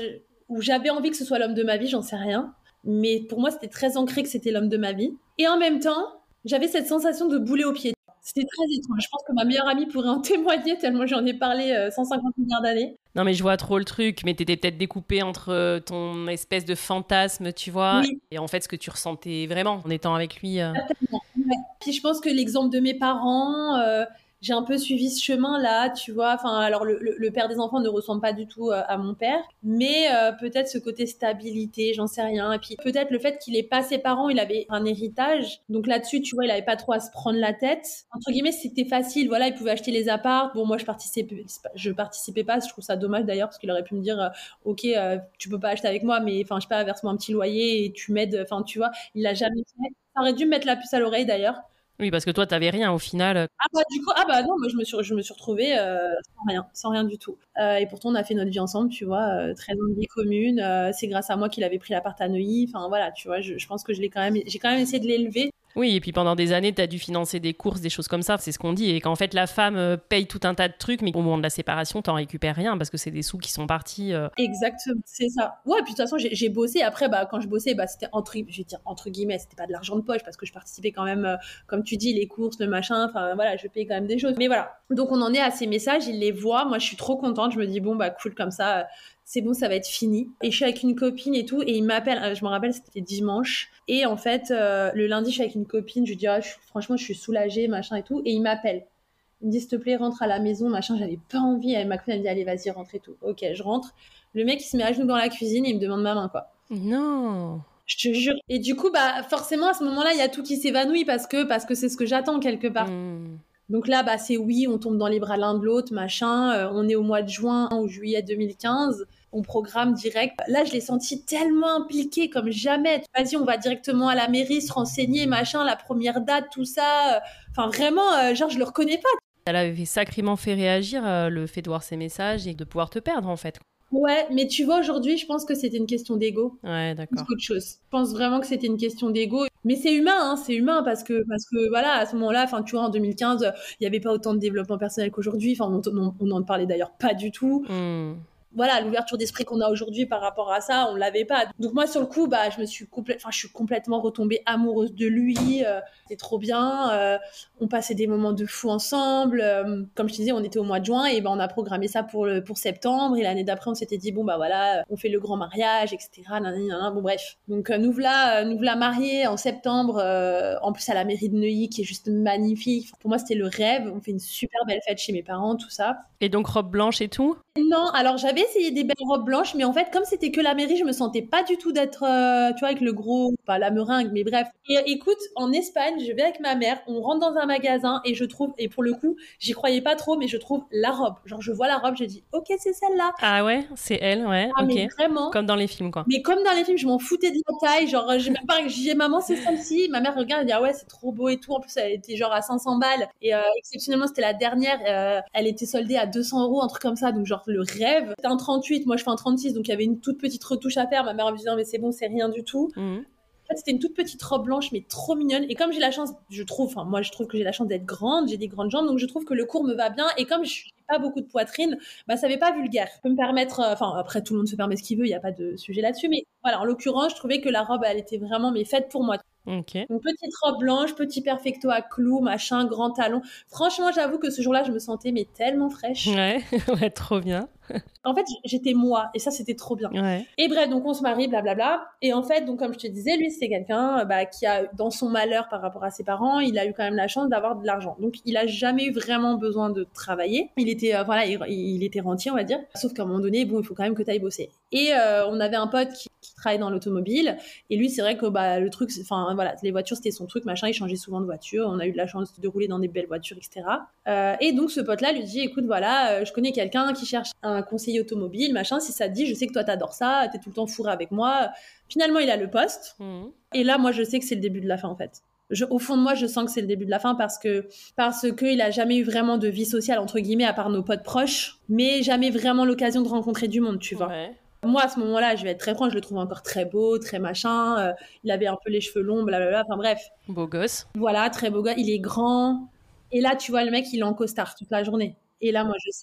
où j'avais envie que ce soit l'homme de ma vie, j'en sais rien. Mais pour moi, c'était très ancré que c'était l'homme de ma vie. Et en même temps, j'avais cette sensation de boulet au pied. C'était très étrange. Je pense que ma meilleure amie pourrait en témoigner, tellement j'en ai parlé 150 milliards d'années. Non, mais je vois trop le truc, mais t'étais peut-être découpée entre ton espèce de fantasme, tu vois, Oui. et en fait ce que tu ressentais vraiment en étant avec lui. Certainement. Ouais. Puis je pense que l'exemple de mes parents, j'ai un peu suivi ce chemin-là, tu vois. Enfin, alors le père des enfants ne ressemble pas du tout à mon père, mais peut-être ce côté stabilité, j'en sais rien. Et puis peut-être le fait qu'il ait pas ses parents, il avait un héritage. Donc là-dessus, tu vois, il avait pas trop à se prendre la tête. Entre guillemets, c'était facile. Voilà, il pouvait acheter les apparts. Bon, moi, je participais pas. Je trouve ça dommage d'ailleurs parce qu'il aurait pu me dire, ok, tu peux pas acheter avec moi, mais enfin, je sais pas, verse-moi un petit loyer et tu m'aides. Enfin, tu vois, il l'a jamais fait. Ça aurait dû me mettre la puce à l'oreille d'ailleurs. Oui, parce que toi, t'avais rien au final. Ah bah du coup, ah bah non, moi je me suis retrouvée sans rien du tout. Et pourtant on a fait notre vie ensemble, tu vois, 13 ans de vie commune. C'est grâce à moi qu'il avait pris l'appart à Neuilly. Enfin voilà, tu vois, je pense que j'ai quand même essayé de l'élever. Oui, et puis pendant des années, t'as dû financer des courses, des choses comme ça, c'est ce qu'on dit, et qu'en fait la femme paye tout un tas de trucs, mais au moment de la séparation, t'en récupères rien, parce que c'est des sous qui sont partis. Exactement, c'est ça. Ouais, puis de toute façon, j'ai bossé. Après, bah, quand je bossais, bah, c'était je vais dire entre guillemets, c'était pas de l'argent de poche, parce que je participais quand même, comme tu dis, les courses, le machin, enfin voilà, je payais quand même des choses. Mais voilà, donc on en est à ces messages, il les voit, moi je suis trop contente, je me dis, bon, bah cool, comme ça... c'est bon, ça va être fini. Et je suis avec une copine et tout, et il m'appelle, je me rappelle, c'était dimanche. Et en fait, le lundi, je suis avec une copine, je lui dis, franchement, je suis soulagée, machin et tout. Et il m'appelle. Il me dit, s'il te plaît, rentre à la maison, machin, j'avais pas envie. Et ma copine, elle me dit, allez, vas-y, rentre et tout. Ok, je rentre. Le mec, il se met à genoux dans la cuisine et il me demande ma main, quoi. Non. Je te jure. Et du coup, bah, forcément, à ce moment-là, il y a tout qui s'évanouit parce que c'est ce que j'attends quelque part. Donc là, bah, c'est oui, on tombe dans les bras l'un de l'autre, machin. On est au mois de juin ou juillet 2015. On programme direct. Là, je l'ai senti tellement impliqué comme jamais. Vas-y, on va directement à la mairie se renseigner, machin, la première date, tout ça. Enfin, vraiment, genre, je le reconnais pas. Elle avait sacrément fait réagir le fait de voir ces messages et de pouvoir te perdre, en fait. Ouais, mais tu vois, aujourd'hui, je pense que c'était une question d'ego. Ouais, d'accord. C'est autre chose. Je pense vraiment que c'était une question d'ego. Mais c'est humain, parce que voilà, à ce moment-là, enfin, tu vois, en 2015, il n'y avait pas autant de développement personnel qu'aujourd'hui. Enfin, on n'en parlait d'ailleurs pas du tout. Voilà, l'ouverture d'esprit qu'on a aujourd'hui par rapport à ça, on l'avait pas. Donc moi, sur le coup, bah, je suis complètement retombée amoureuse de lui. C'est trop bien. On passait des moments de fou ensemble. Comme je te disais, on était au mois de juin et ben on a programmé ça pour septembre. Et l'année d'après, on s'était dit bon bah voilà, on fait le grand mariage, etc. Nanana, bon bref. Donc nous voilà mariés en septembre. En plus à la mairie de Neuilly, qui est juste magnifique. Pour moi, c'était le rêve. On fait une super belle fête chez mes parents, tout ça. Et donc robe blanche et tout? Non, alors j'avais essayé des belles robes blanches, mais en fait, comme c'était que la mairie, je me sentais pas du tout d'être, tu vois, avec le gros, pas la meringue, mais bref. Et écoute, en Espagne, je vais avec ma mère, on rentre dans un magasin et je trouve, et pour le coup, j'y croyais pas trop, mais je trouve la robe. Genre, je vois la robe, je dis, ok, c'est celle-là. Ah ouais, c'est elle, ouais, Ah, ok. mais vraiment. Comme dans les films, quoi. Mais comme dans les films, je m'en foutais de la taille. Genre, j'ai même pas, j'ai maman, c'est celle-ci. Ma mère regarde, elle dit, ah ouais, c'est trop beau et tout. En plus, elle était genre à 500 balles. Et exceptionnellement, c'était la dernière. Elle était soldée à 200 €, un truc comme ça. Donc, genre, le rêve. C'était un 38, moi je fais un 36, donc il y avait une toute petite retouche à faire. Ma mère me disait, non, mais c'est bon, c'est rien du tout. En fait, c'était une toute petite robe blanche, mais trop mignonne. Et comme j'ai la chance, moi je trouve que j'ai la chance d'être grande, j'ai des grandes jambes, donc je trouve que le court me va bien. Et comme je n'ai pas beaucoup de poitrine, bah ça fait pas vulgaire. Je peux me permettre, après tout le monde se permet ce qu'il veut, il n'y a pas de sujet là-dessus, mais voilà, en l'occurrence, je trouvais que la robe, elle était vraiment faite pour moi. Okay. Donc petite robe blanche, petit perfecto à clous, machin, grand talon. Franchement, j'avoue que ce jour-là, je me sentais tellement fraîche. Ouais, trop bien. En fait, j'étais moi, et ça, c'était trop bien. Ouais. Et bref, donc on se marie, blablabla. Et en fait, donc comme je te disais, lui, c'est quelqu'un qui a, dans son malheur par rapport à ses parents, il a eu quand même la chance d'avoir de l'argent. Donc, il a jamais eu vraiment besoin de travailler. Il était, il était rentier, on va dire. Sauf qu'à un moment donné, bon, il faut quand même que tu ailles bosser. Et on avait un pote qui travaille dans l'automobile. Et lui, c'est vrai que le truc, les voitures, c'était son truc, machin. Il changeait souvent de voiture. On a eu de la chance de rouler dans des belles voitures, etc. Et donc, ce pote-là lui dit, écoute, voilà, je connais quelqu'un qui cherche un conseiller automobile, machin, si ça te dit, je sais que toi t'adores ça, t'es tout le temps fourré avec moi. Finalement, il a le poste. Et là, moi, je sais que c'est le début de la fin, en fait. Au fond de moi, je sens que c'est le début de la fin parce que il a jamais eu vraiment de vie sociale, entre guillemets, à part nos potes proches, mais jamais vraiment l'occasion de rencontrer du monde, tu vois. Ouais. Moi, à ce moment-là, je vais être très franche, je le trouve encore très beau, très machin. Il avait un peu les cheveux longs, blablabla, enfin bref. Beau gosse. Voilà, très beau gars. Il est grand. Et là, tu vois, le mec, il est en costard toute la journée. Et là, moi, je sais.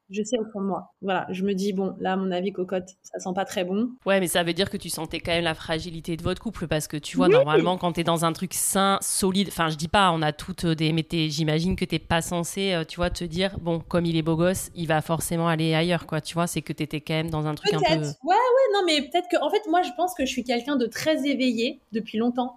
Je sais au fond de moi. Voilà, je me dis, bon, là, à mon avis, cocotte, ça sent pas très bon. Ouais, mais ça veut dire que tu sentais quand même la fragilité de votre couple parce que tu vois, Oui. normalement, quand t'es dans un truc sain, solide, enfin, je dis pas, on a toutes des. Mais j'imagine que t'es pas censé, tu vois, te dire, bon, comme il est beau gosse, il va forcément aller ailleurs, quoi. Tu vois, c'est que t'étais quand même dans un truc Peut-être. un peu. Ouais, non, mais peut-être que, en fait, moi, je pense que je suis quelqu'un de très éveillé depuis longtemps.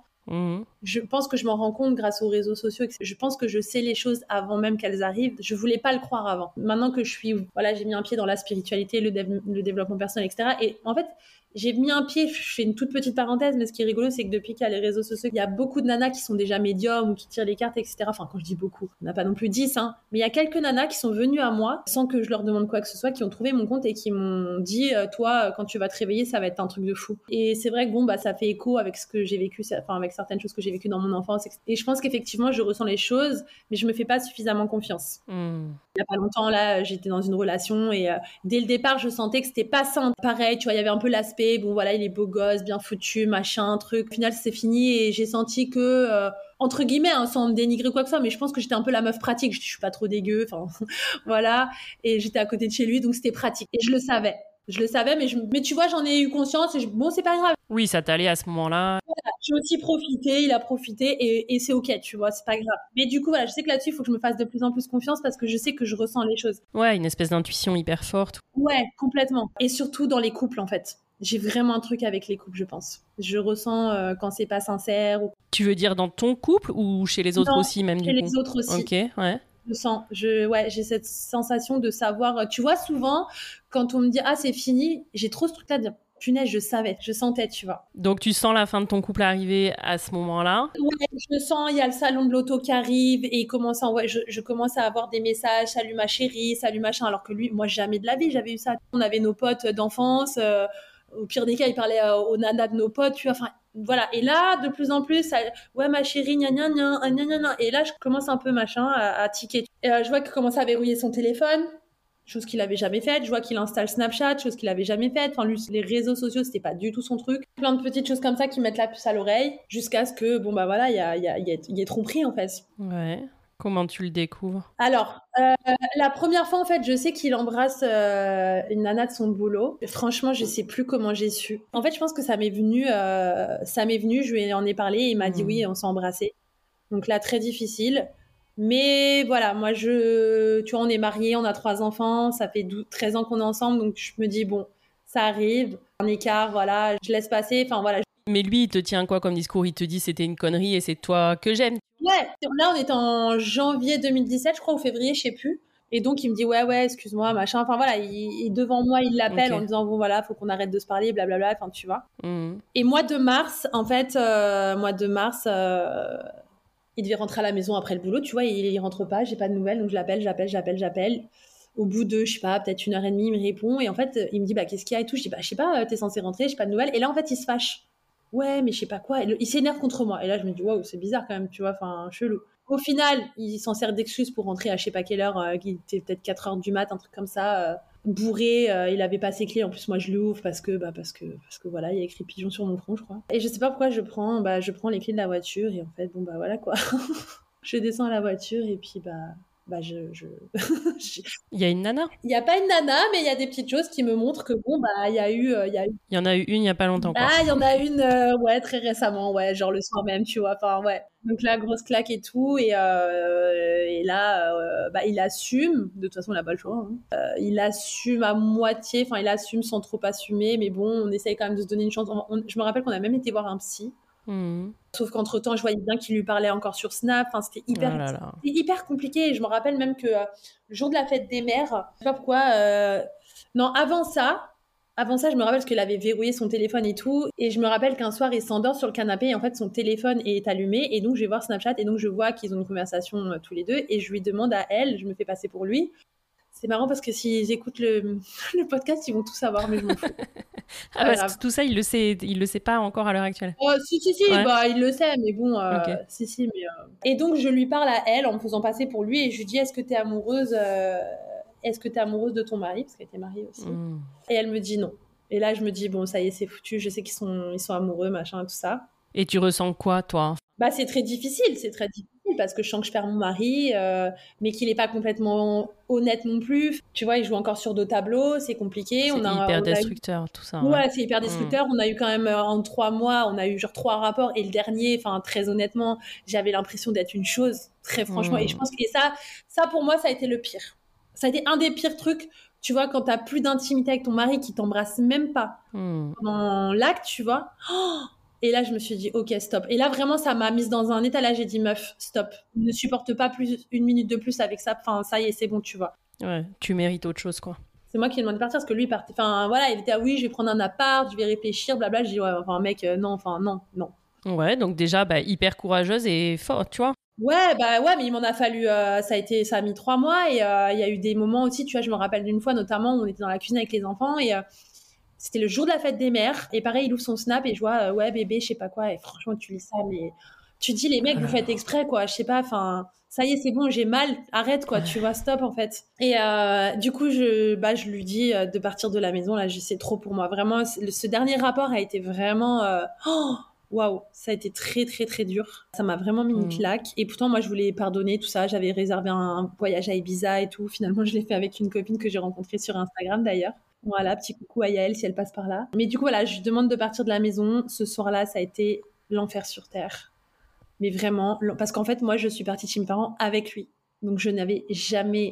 Je pense que je m'en rends compte grâce aux réseaux sociaux. Je pense que je sais les choses avant même qu'elles arrivent. Je voulais pas le croire avant. Maintenant que j'ai mis un pied dans la spiritualité, le développement personnel, etc. Et en fait, j'ai mis un pied, je fais une toute petite parenthèse, mais ce qui est rigolo, c'est que depuis qu'il y a les réseaux sociaux, il y a beaucoup de nanas qui sont déjà médiums ou qui tirent les cartes, etc. Enfin, quand je dis beaucoup, on n'a pas non plus 10, hein. Mais il y a quelques nanas qui sont venues à moi, sans que je leur demande quoi que ce soit, qui ont trouvé mon compte et qui m'ont dit, toi, quand tu vas te réveiller, ça va être un truc de fou. Et c'est vrai que bon, ça fait écho avec ce que j'ai vécu, avec certaines choses que j'ai vécues dans mon enfance. Et je pense qu'effectivement, je ressens les choses, mais je me fais pas suffisamment confiance. Il y a pas longtemps, là, j'étais dans une relation et dès le départ, je sentais que c'était pas sain. Pareil, tu vois, il y avait un peu l'aspect, bon voilà, il est beau gosse, bien foutu, machin, truc. Au final, c'est fini et j'ai senti que, entre guillemets, hein, sans me dénigrer quoi que ce soit, mais je pense que j'étais un peu la meuf pratique. Je suis pas trop dégueu, enfin, voilà. Et j'étais à côté de chez lui, donc c'était pratique. Et je le savais. Mais tu vois, j'en ai eu conscience et bon, c'est pas grave. Oui, ça t'allait à ce moment-là. Voilà, j'ai aussi profité, il a profité et c'est ok, tu vois, c'est pas grave. Mais du coup, voilà, je sais que là-dessus, il faut que je me fasse de plus en plus confiance parce que je sais que je ressens les choses. Ouais, une espèce d'intuition hyper forte. Ouais, complètement. Et surtout dans les couples, en fait. J'ai vraiment un truc avec les couples, je pense. Je ressens quand c'est pas sincère. Tu veux dire dans ton couple ou chez les autres Non, aussi, même chez du coup? les autres aussi. Ok, ouais. Je sens, j'ai cette sensation de savoir. Tu vois, souvent, quand on me dit ah c'est fini, j'ai trop ce truc-là de dire punaise, je sentais, tu vois. Donc tu sens la fin de ton couple arriver à ce moment-là? Ouais, je sens, il y a le salon de l'auto qui arrive et je commence à avoir des messages, salut ma chérie, salut machin, alors que lui, moi jamais de la vie j'avais eu ça. On avait nos potes d'enfance, au pire des cas, il parlait aux nanas de nos potes, tu vois, enfin voilà. Et là, de plus en plus, ouais ma chérie, gna gna gna, gna gna gna. Et là, je commence un peu machin à tiquer. Et je vois qu'il commence à verrouiller son téléphone. Chose qu'il avait jamais faite. Je vois qu'il installe Snapchat, chose qu'il avait jamais faite. Enfin, lui, les réseaux sociaux, c'était pas du tout son truc. Plein de petites choses comme ça qui mettent la puce à l'oreille, jusqu'à ce que, bon, bah voilà, il y ait tromperie, en fait. Ouais. Comment tu le découvres? Alors, la première fois, en fait, je sais qu'il embrasse une nana de son boulot. Franchement, je sais plus comment j'ai su. En fait, je pense que ça m'est venu, je lui en ai parlé et il m'a dit oui, on s'est embrassé. Donc là, très difficile. Mais voilà, moi, tu vois, on est mariés, on a 3 enfants, ça fait 13 ans qu'on est ensemble, donc je me dis, bon, ça arrive, un écart, voilà, je laisse passer, enfin voilà. Mais lui, il te tient quoi comme discours? Il te dit c'était une connerie et c'est toi que j'aime. Ouais, là, on est en janvier 2017, je crois, ou février, je sais plus. Et donc, il me dit, ouais, excuse-moi, machin. Enfin, voilà, devant moi, il l'appelle en disant, bon, voilà, faut qu'on arrête de se parler, blablabla, enfin, tu vois. Et mois de mars, en fait, il devait rentrer à la maison après le boulot, tu vois, il rentre pas, j'ai pas de nouvelles, donc je l'appelle. Au bout de, je sais pas, peut-être 1h30, il me répond, et en fait, il me dit, bah, qu'est-ce qu'il y a et tout. Je dis, bah, je sais pas, t'es censé rentrer, j'ai pas de nouvelles. Et là, en fait, il se fâche. Ouais, mais je sais pas quoi. Il s'énerve contre moi. Et là, je me dis, waouh, c'est bizarre quand même, tu vois, enfin, chelou. Au final, il s'en sert d'excuse pour rentrer à je sais pas quelle heure, il était peut-être 4h du mat, un truc comme ça, bourré, il avait pas ses clés, en plus moi je l'ouvre parce que voilà, il y a écrit pigeon sur mon front, je crois. Et je sais pas pourquoi je prends les clés de la voiture et en fait, bon bah voilà quoi. Je descends à la voiture et puis Il y a une nana? Il y a pas une nana, mais il y a des petites choses qui me montrent que bon il y a eu. Il y en a eu une il y a pas longtemps, quoi. Ah, il y en a une, ouais, très récemment, ouais, genre le soir même, tu vois, enfin ouais. Donc là, grosse claque et tout, et là, il assume. De toute façon, il a pas le choix. Hein. Il assume à moitié, enfin il assume sans trop assumer, mais bon, on essaye quand même de se donner une chance. Je me rappelle qu'on a même été voir un psy. Sauf qu'entre-temps, je voyais bien qu'il lui parlait encore sur Snap. Enfin, c'était hyper compliqué. Et je me rappelle même que le jour de la fête des mères, je sais pas pourquoi. Non, avant ça, je me rappelle parce qu'il avait verrouillé son téléphone et tout. Et je me rappelle qu'un soir, il s'endort sur le canapé et en fait, son téléphone est allumé. Et donc, je vais voir Snapchat et donc, je vois qu'ils ont une conversation tous les deux. Et je lui demande à elle, je me fais passer pour lui. C'est marrant parce que s'ils écoutent le podcast, ils vont tout savoir, mais je m'en fous. Tout ça, il le sait pas encore à l'heure actuelle. Si, ouais. Bah, il le sait, mais bon, okay. Si, mais... Et donc, je lui parle à elle en me faisant passer pour lui et je lui dis, est-ce que t'es amoureuse de ton mari? Parce qu'elle était mariée aussi. Et elle me dit non. Et là, je me dis, bon, ça y est, c'est foutu, je sais ils sont amoureux, machin, tout ça. Et tu ressens quoi, toi? Bah, c'est très difficile. parce que je sens que je perds mon mari, mais qu'il est pas complètement honnête non plus. Tu vois, il joue encore sur 2 tableaux, c'est compliqué. C'est hyper destructeur, tout ça. Ouais, c'est hyper destructeur. On a eu quand même, en 3 mois, on a eu genre 3 rapports, et le dernier, enfin, très honnêtement, j'avais l'impression d'être une chose, très franchement. Et je pense que ça, pour moi, ça a été le pire. Ça a été un des pires trucs, tu vois, quand t'as plus d'intimité avec ton mari, qui t'embrasse même pas pendant l'acte, tu vois. Et là, je me suis dit, ok, stop. Et là, vraiment, ça m'a mise dans un état. Là, j'ai dit, meuf, stop. Ne supporte pas plus 1 minute de plus avec ça. Enfin, ça y est, c'est bon, tu vois. Ouais, tu mérites autre chose, quoi. C'est moi qui ai demandé de partir, parce que lui, il partait. Enfin, voilà, il était, ah oui, je vais prendre un appart, je vais réfléchir, blabla. Je dis, ouais, enfin, mec, non. Ouais, donc déjà, hyper courageuse et forte, tu vois. Ouais, mais il m'en a fallu, ça a mis 3 mois, et il y a eu des moments aussi, tu vois, je me rappelle d'une fois, notamment, où on était dans la cuisine avec les enfants, et c'était le jour de la fête des mères, et pareil, il ouvre son snap, et je vois, ouais, bébé, je sais pas quoi, et franchement, tu lis ça, mais tu te dis, les mecs, vous faites exprès, quoi, je sais pas, enfin, ça y est, c'est bon, j'ai mal, arrête, quoi, tu vois, stop, en fait. Et du coup, je lui dis de partir de la maison, là, c'est trop pour moi, vraiment, ce dernier rapport a été vraiment... waouh, ça a été très très très dur. Ça m'a vraiment mis une claque. Et pourtant, moi, je voulais pardonner tout ça. J'avais réservé un voyage à Ibiza et tout. Finalement, je l'ai fait avec une copine que j'ai rencontrée sur Instagram d'ailleurs. Voilà, petit coucou à Yael si elle passe par là. Mais du coup, voilà, je lui demande de partir de la maison. Ce soir-là, ça a été l'enfer sur terre. Mais vraiment, parce qu'en fait, moi, je suis partie chez mes parents avec lui. Donc, je n'avais jamais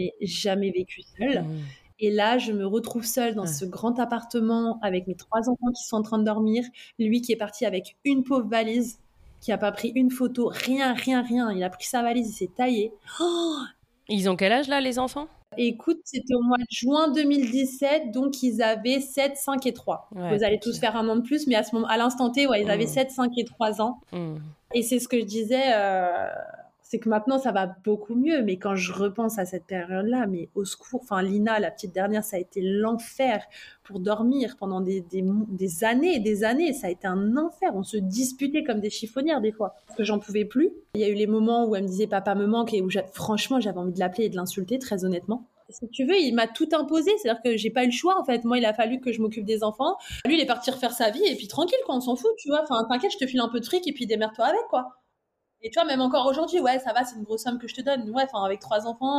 vécu seule. Et là, je me retrouve seule dans ce grand appartement avec mes 3 enfants qui sont en train de dormir. Lui qui est parti avec une pauvre valise, qui n'a pas pris une photo, rien. Il a pris sa valise, il s'est taillé. Ils ont quel âge là, les enfants ? Écoute, c'était au mois de juin 2017, donc ils avaient 7, 5 et 3. Ouais, vous allez tous faire 1 an de plus, mais à l'instant T, ouais, ils avaient 7, 5 et 3 ans. Et c'est ce que je disais... c'est que maintenant, ça va beaucoup mieux. Mais quand je repense à cette période-là, mais au secours, enfin, Lina, la petite dernière, ça a été l'enfer pour dormir pendant des années et des années. Ça a été un enfer. On se disputait comme des chiffonnières, des fois. Parce que j'en pouvais plus. Il y a eu les moments où elle me disait « Papa me manque » et où, franchement, j'avais envie de l'appeler et de l'insulter, très honnêtement. Si tu veux, il m'a tout imposé. C'est-à-dire que j'ai pas eu le choix, en fait. Moi, il a fallu que je m'occupe des enfants. Lui, il est parti refaire sa vie et puis tranquille, quoi. On s'en fout, tu vois. Enfin, t'inquiète, je te file un peu de fric et puis démerde-toi avec, quoi. Et tu vois, même encore aujourd'hui, ouais, ça va, c'est une grosse somme que je te donne. Ouais, enfin, avec 3 enfants,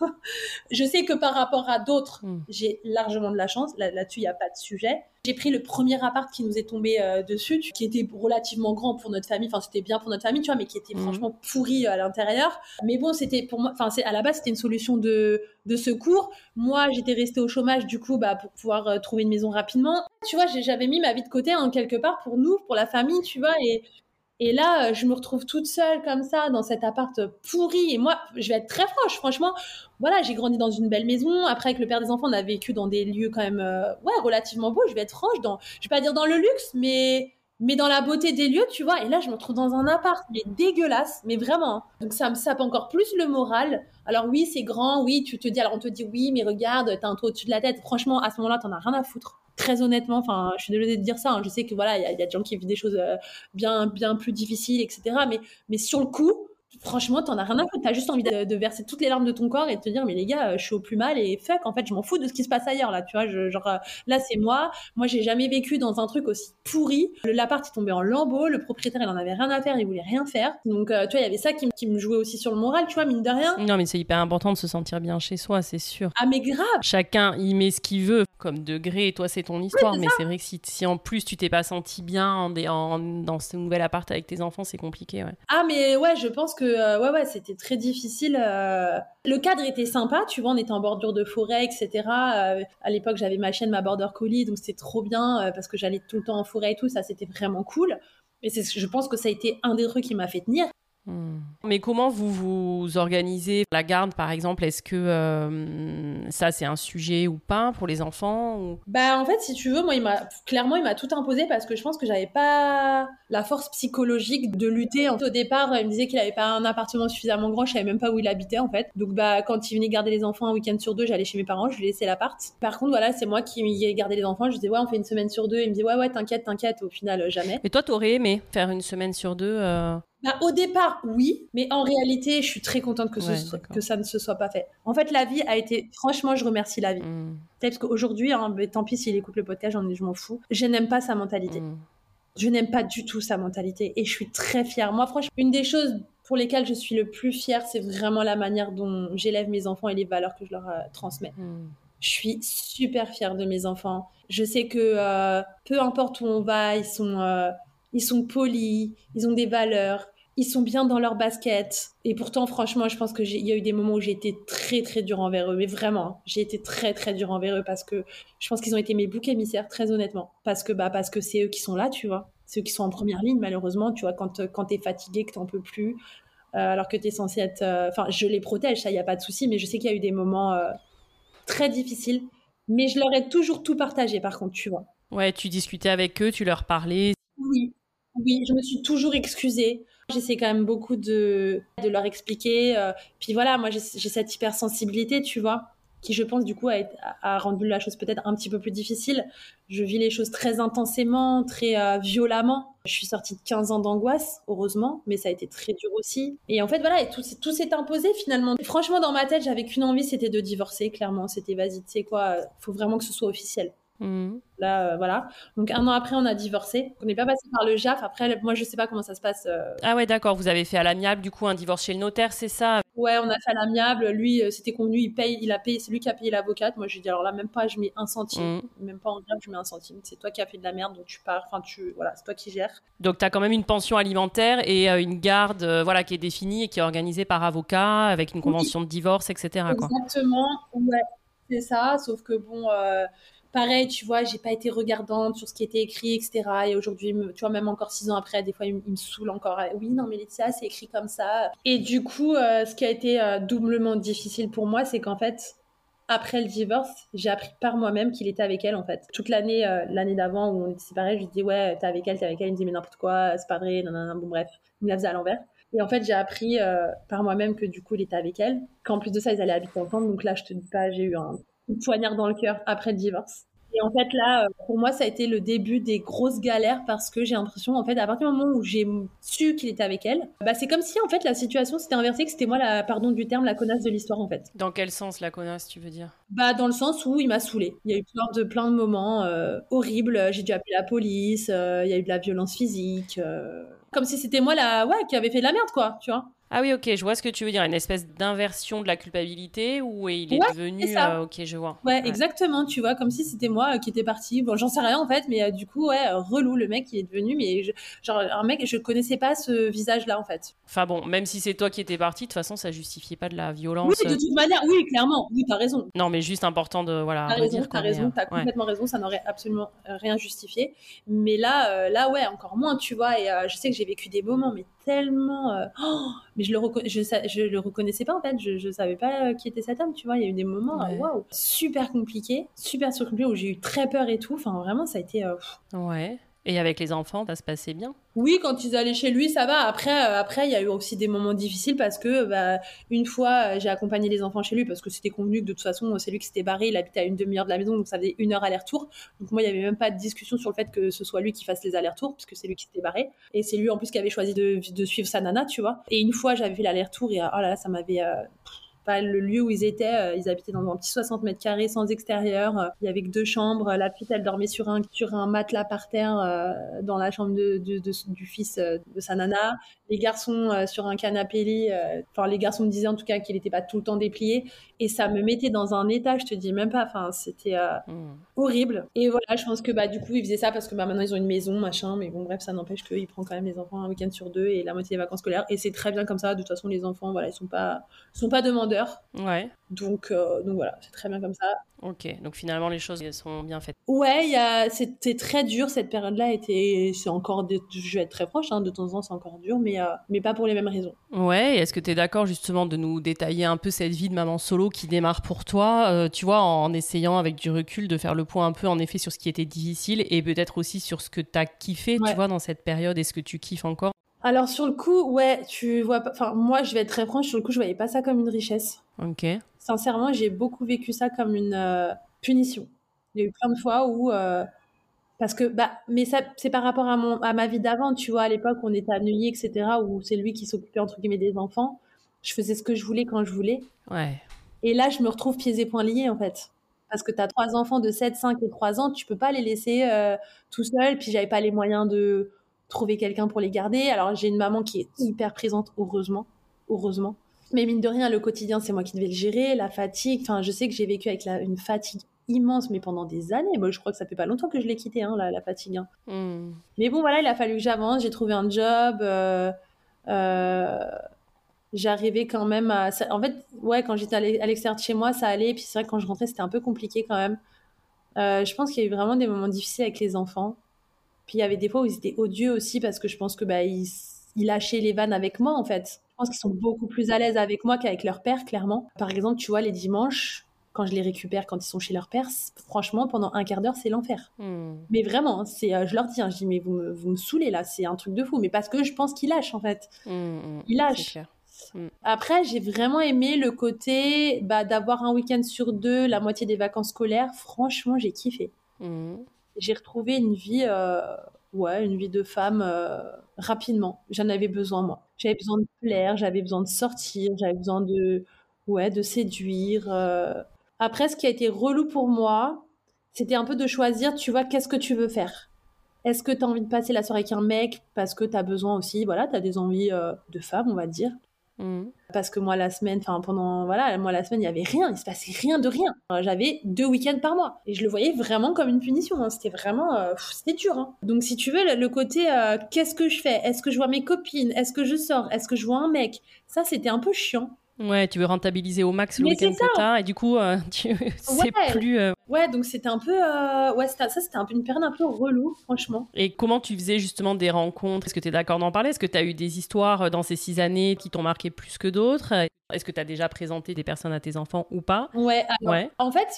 je sais que par rapport à d'autres, j'ai largement de la chance. Là-dessus, il n'y a pas de sujet. J'ai pris le premier appart qui nous est tombé dessus, qui était relativement grand pour notre famille. Enfin, c'était bien pour notre famille, tu vois, mais qui était franchement pourri à l'intérieur. Mais bon, c'était pour moi, enfin, à la base, c'était une solution de secours. Moi, j'étais restée au chômage, du coup, pour pouvoir trouver une maison rapidement. Tu vois, j'avais mis ma vie de côté, quelque part, pour nous, pour la famille, tu vois, et là, je me retrouve toute seule comme ça dans cet appart pourri. Et moi, je vais être très franche, franchement, voilà, j'ai grandi dans une belle maison. Après, avec le père des enfants, on a vécu dans des lieux quand même relativement beaux. Je vais être franche, je vais pas dire dans le luxe, mais dans la beauté des lieux, tu vois. Et là, je me retrouve dans un appart, mais dégueulasse, mais vraiment. Donc, ça me sape encore plus le moral. Alors oui, c'est grand, oui, tu te dis, alors on te dit, oui, mais regarde, t'as un toit au-dessus de la tête. Franchement, à ce moment-là, t'en as rien à foutre. Très honnêtement, enfin, je suis désolée de dire ça. Je sais que voilà, il y a des gens qui vivent des choses bien plus difficiles, etc. Mais sur le coup, franchement, t'en as rien à foutre. T'as juste envie de verser toutes les larmes de ton corps et de te dire, mais les gars, je suis au plus mal et fuck, en fait, je m'en fous de ce qui se passe ailleurs, là, tu vois. Là, c'est moi. Moi, j'ai jamais vécu dans un truc aussi pourri. L'appart est tombé en lambeaux. Le propriétaire, il en avait rien à faire. Il voulait rien faire. Donc, tu vois, il y avait ça qui me jouait aussi sur le moral, tu vois, mine de rien. Non, mais c'est hyper important de se sentir bien chez soi, c'est sûr. Ah, mais grave. Chacun, il met ce qu'il veut comme degré. Et toi, c'est ton histoire. Oui, mais c'est vrai que si en plus, tu t'es pas senti bien dans ce nouvel appart avec tes enfants, c'est compliqué, ouais. Ah, mais ouais, je pense que, c'était très difficile. Le cadre était sympa, tu vois, on était en bordure de forêt, etc. À l'époque, j'avais ma chienne, ma border collie, donc c'était trop bien parce que j'allais tout le temps en forêt et tout, ça c'était vraiment cool. Mais je pense que ça a été un des trucs qui m'a fait tenir. Mais comment vous organisez la garde, par exemple ? Est-ce que ça, c'est un sujet ou pas pour les enfants ou... En fait, si tu veux, moi, il m'a tout imposé parce que je pense que j'avais pas la force psychologique de lutter. Au départ, il me disait qu'il avait pas un appartement suffisamment grand, je savais même pas où il habitait, en fait. Donc, quand il venait garder les enfants un week-end sur 2, j'allais chez mes parents, je lui laissais l'appart. Par contre, voilà, c'est moi qui ai gardé les enfants. Je disais, ouais, on fait une semaine sur 2. Il me dit, ouais, t'inquiète. Au final, jamais. Et toi, t'aurais aimé faire une semaine sur 2 Au départ, oui, mais en réalité, je suis très contente que ça ne se soit pas fait. En fait, la vie a été... Franchement, je remercie la vie. Peut-être qu'aujourd'hui, tant pis s'il écoute le podcast, je m'en fous. Je n'aime pas sa mentalité. Je n'aime pas du tout sa mentalité et je suis très fière. Moi, franchement, une des choses pour lesquelles je suis le plus fière, c'est vraiment la manière dont j'élève mes enfants et les valeurs que je leur transmets. Je suis super fière de mes enfants. Je sais que peu importe où on va, ils sont polis, ils ont des valeurs, ils sont bien dans leur basket. Et pourtant, franchement, je pense qu'il y a eu des moments où j'ai été très, très dure envers eux. Mais vraiment, j'ai été très, très dure envers eux parce que je pense qu'ils ont été mes boucs émissaires, très honnêtement. Parce que c'est eux qui sont là, tu vois. C'est eux qui sont en première ligne, malheureusement, tu vois, quand t'es fatigué, que t'en peux plus, alors que t'es censé être... Enfin, je les protège, ça, il n'y a pas de souci, mais je sais qu'il y a eu des moments... très difficile, mais je leur ai toujours tout partagé par contre, tu vois. Ouais, tu discutais avec eux, tu leur parlais. Oui, oui, je me suis toujours excusée. J'essaie quand même beaucoup de leur expliquer. Puis voilà, moi j'ai cette hypersensibilité, tu vois, qui je pense du coup a rendu la chose peut-être un petit peu plus difficile. Je vis les choses très intensément, très violemment. Je suis sortie de 15 ans d'angoisse, heureusement, mais ça a été très dur aussi. Et en fait, voilà, et tout s'est imposé finalement. Et franchement, dans ma tête, j'avais qu'une envie, c'était de divorcer, clairement. C'était, vas-y, tu sais quoi, faut vraiment que ce soit officiel. Là, voilà. Donc, 1 an après, on a divorcé. On n'est pas passé par le JAF. Après, moi, je sais pas comment ça se passe. Ah ouais, d'accord. Vous avez fait à l'amiable, du coup, un divorce chez le notaire, c'est ça? Ouais, on a fait à l'amiable. Lui, c'était convenu, il a payé, c'est lui qui a payé l'avocate. Moi, j'ai dit, alors là, même pas, je mets 1 centime. Même pas en grave, je mets 1 centime. C'est toi qui as fait de la merde, donc tu pars. Enfin, voilà, c'est toi qui gères. Donc, tu as quand même une pension alimentaire et une garde voilà, qui est définie et qui est organisée par avocat, avec une convention de divorce, etc. Exactement, ouais, c'est ça. Sauf que bon, pareil, tu vois, j'ai pas été regardante sur ce qui était écrit, etc. Et aujourd'hui, tu vois, même encore 6 ans après, des fois, il me saoule encore. Oui, non, mais Laetitia, c'est écrit comme ça. Et du coup, ce qui a été doublement difficile pour moi, c'est qu'en fait, après le divorce, j'ai appris par moi-même qu'il était avec elle, en fait. Toute l'année, l'année d'avant où on était séparés, je lui dis, ouais, t'es avec elle, t'es avec elle. Il me dit, mais n'importe quoi, c'est pas vrai, non, bon, bref. Il me la faisait à l'envers. Et en fait, j'ai appris par moi-même que du coup, il était avec elle. Qu'en plus de ça, ils allaient habiter ensemble. Donc là, je te dis pas, j'ai eu un poignard dans le cœur après le divorce. Et en fait, là, pour moi, ça a été le début des grosses galères parce que j'ai l'impression, en fait, à partir du moment où j'ai su qu'il était avec elle, bah, c'est comme si, en fait, la situation s'était inversée, que c'était moi, pardon du terme, la connasse de l'histoire, en fait. Dans quel sens, la connasse, tu veux dire? Bah, dans le sens où il m'a saoulée. Il y a eu plein de moments horribles. J'ai dû appeler la police. Il y a eu de la violence physique. Comme si c'était moi, qui avait fait de la merde, quoi, tu vois. Ah oui, ok, je vois ce que tu veux dire. Une espèce d'inversion de la culpabilité où il est devenu... c'est ça. Ok, je vois. Ouais, exactement, tu vois, comme si c'était moi qui étais partie. Bon, j'en sais rien en fait, mais du coup, ouais, relou, le mec, il est devenu, mais genre, un mec, je connaissais pas ce visage-là en fait. Enfin bon, même si c'est toi qui étais partie, de toute façon, ça justifiait pas de la violence. Oui, de toute manière, oui, clairement, oui, t'as raison. Non, mais juste important de, voilà, T'as raison, t'as complètement raison, ça n'aurait absolument rien justifié. Mais là, ouais, encore moins, tu vois, et je sais que j'ai vécu des moments, mais tellement... mais je le reconnaissais pas en fait, je savais pas qui était cet homme, tu vois, il y a eu des moments, waouh, super compliqués où j'ai eu très peur et tout, enfin vraiment ça a été... Ouais, et avec les enfants, ça se passait bien? Oui, quand ils allaient chez lui, ça va. Après, il y a eu aussi des moments difficiles parce que, une fois, j'ai accompagné les enfants chez lui parce que c'était convenu que de toute façon, c'est lui qui s'était barré. Il habitait à une demi-heure de la maison, donc ça faisait 1 heure aller-retour. Donc moi, il y avait même pas de discussion sur le fait que ce soit lui qui fasse les allers-retours puisque c'est lui qui s'était barré. Et c'est lui en plus qui avait choisi de suivre sa nana, tu vois. Et une fois, j'avais fait l'aller-retour et oh là là, ça m'avait le lieu où ils étaient, ils habitaient dans un petit 60 mètres carrés sans extérieur. Il y avait que 2 chambres. La petite, elle dormait sur un matelas par terre dans la chambre du fils de sa nana. Les garçons sur un canapé lit. Enfin, les garçons me disaient en tout cas qu'il n'était pas tout le temps déplié. Et ça me mettait dans un état, je te dis même pas. Enfin, c'était horrible. Et voilà, je pense que du coup, ils faisaient ça parce que maintenant ils ont une maison, machin. Mais bon, bref, ça n'empêche qu'il prend quand même les enfants un week-end sur 2 et la moitié des vacances scolaires. Et c'est très bien comme ça. De toute façon, les enfants, voilà, ils sont pas demandeurs. Ouais. Donc voilà, c'est très bien comme ça. Ok, donc finalement les choses sont bien faites. Ouais, c'était très dur cette période-là. C'est encore, je vais être très proche, de temps en temps c'est encore dur, mais pas pour les mêmes raisons. Ouais, et est-ce que tu es d'accord justement de nous détailler un peu cette vie de maman solo qui démarre pour toi, tu vois, en essayant avec du recul de faire le point un peu en effet sur ce qui était difficile et peut-être aussi sur ce que tu as kiffé, tu vois, dans cette période et ce que tu kiffes encore? Alors sur le coup, ouais, tu vois, enfin moi je vais être très franche, sur le coup je voyais pas ça comme une richesse. Ok. Sincèrement, j'ai beaucoup vécu ça comme une punition. Il y a eu plein de fois où parce que mais ça c'est par rapport à ma vie d'avant, tu vois, à l'époque on était à Neuilly, etc., où c'est lui qui s'occupait entre guillemets des enfants. Je faisais ce que je voulais quand je voulais. Ouais. Et là je me retrouve pieds et poings liés en fait. Parce que t'as 3 enfants de 7, 5 et 3 ans, tu peux pas les laisser tout seuls, puis j'avais pas les moyens de trouver quelqu'un pour les garder. Alors, j'ai une maman qui est hyper présente, heureusement. Mais mine de rien, le quotidien, c'est moi qui devais le gérer, la fatigue. Enfin, je sais que j'ai vécu avec une fatigue immense, mais pendant des années. Moi, je crois que ça fait pas longtemps que je l'ai quitté, hein, la fatigue. Hein. Mais bon, voilà, il a fallu que j'avance. J'ai trouvé un job. J'arrivais quand même à... En fait, ouais, quand j'étais à l'extérieur de chez moi, ça allait. Puis c'est vrai que quand je rentrais, c'était un peu compliqué quand même. Je pense qu'il y a eu vraiment des moments difficiles avec les enfants. Puis il y avait des fois où ils étaient odieux aussi parce que je pense que ils lâchaient les vannes avec moi, en fait. Je pense qu'ils sont beaucoup plus à l'aise avec moi qu'avec leur père, clairement. Par exemple, tu vois, les dimanches, quand je les récupère quand ils sont chez leur père, franchement, pendant un quart d'heure, c'est l'enfer. Mais vraiment, hein, je leur dis, je dis, mais vous me saoulez là, c'est un truc de fou. Mais parce que je pense qu'ils lâchent, en fait. Ils lâchent. Après, j'ai vraiment aimé le côté d'avoir un week-end sur 2, la moitié des vacances scolaires. Franchement, j'ai kiffé. J'ai retrouvé une vie, une vie de femme rapidement. J'en avais besoin, moi. J'avais besoin de plaire, j'avais besoin de sortir, j'avais besoin de séduire. Après, ce qui a été relou pour moi, c'était un peu de choisir, tu vois, qu'est-ce que tu veux faire. Est-ce que tu as envie de passer la soirée avec un mec parce que tu as besoin aussi, voilà, tu as des envies de femme, on va dire. Parce que moi la semaine, il y avait rien, il se passait rien de rien. J'avais 2 week-ends par mois et je le voyais vraiment comme une punition. Hein. C'était vraiment, c'était dur. Hein. Donc si tu veux le côté, qu'est-ce que je fais ? Est-ce que je vois mes copines ? Est-ce que je sors ? Est-ce que je vois un mec ? Ça c'était un peu chiant. Ouais, tu veux rentabiliser au max le week-end que t'as et du coup, c'est plus... Ouais, donc c'était un peu... c'était un peu une période un peu relou, franchement. Et comment tu faisais justement des rencontres ? Est-ce que t'es d'accord d'en parler ? Est-ce que t'as eu des histoires dans ces 6 années qui t'ont marqué plus que d'autres ? Est-ce que t'as déjà présenté des personnes à tes enfants ou pas ? Ouais, alors, en fait,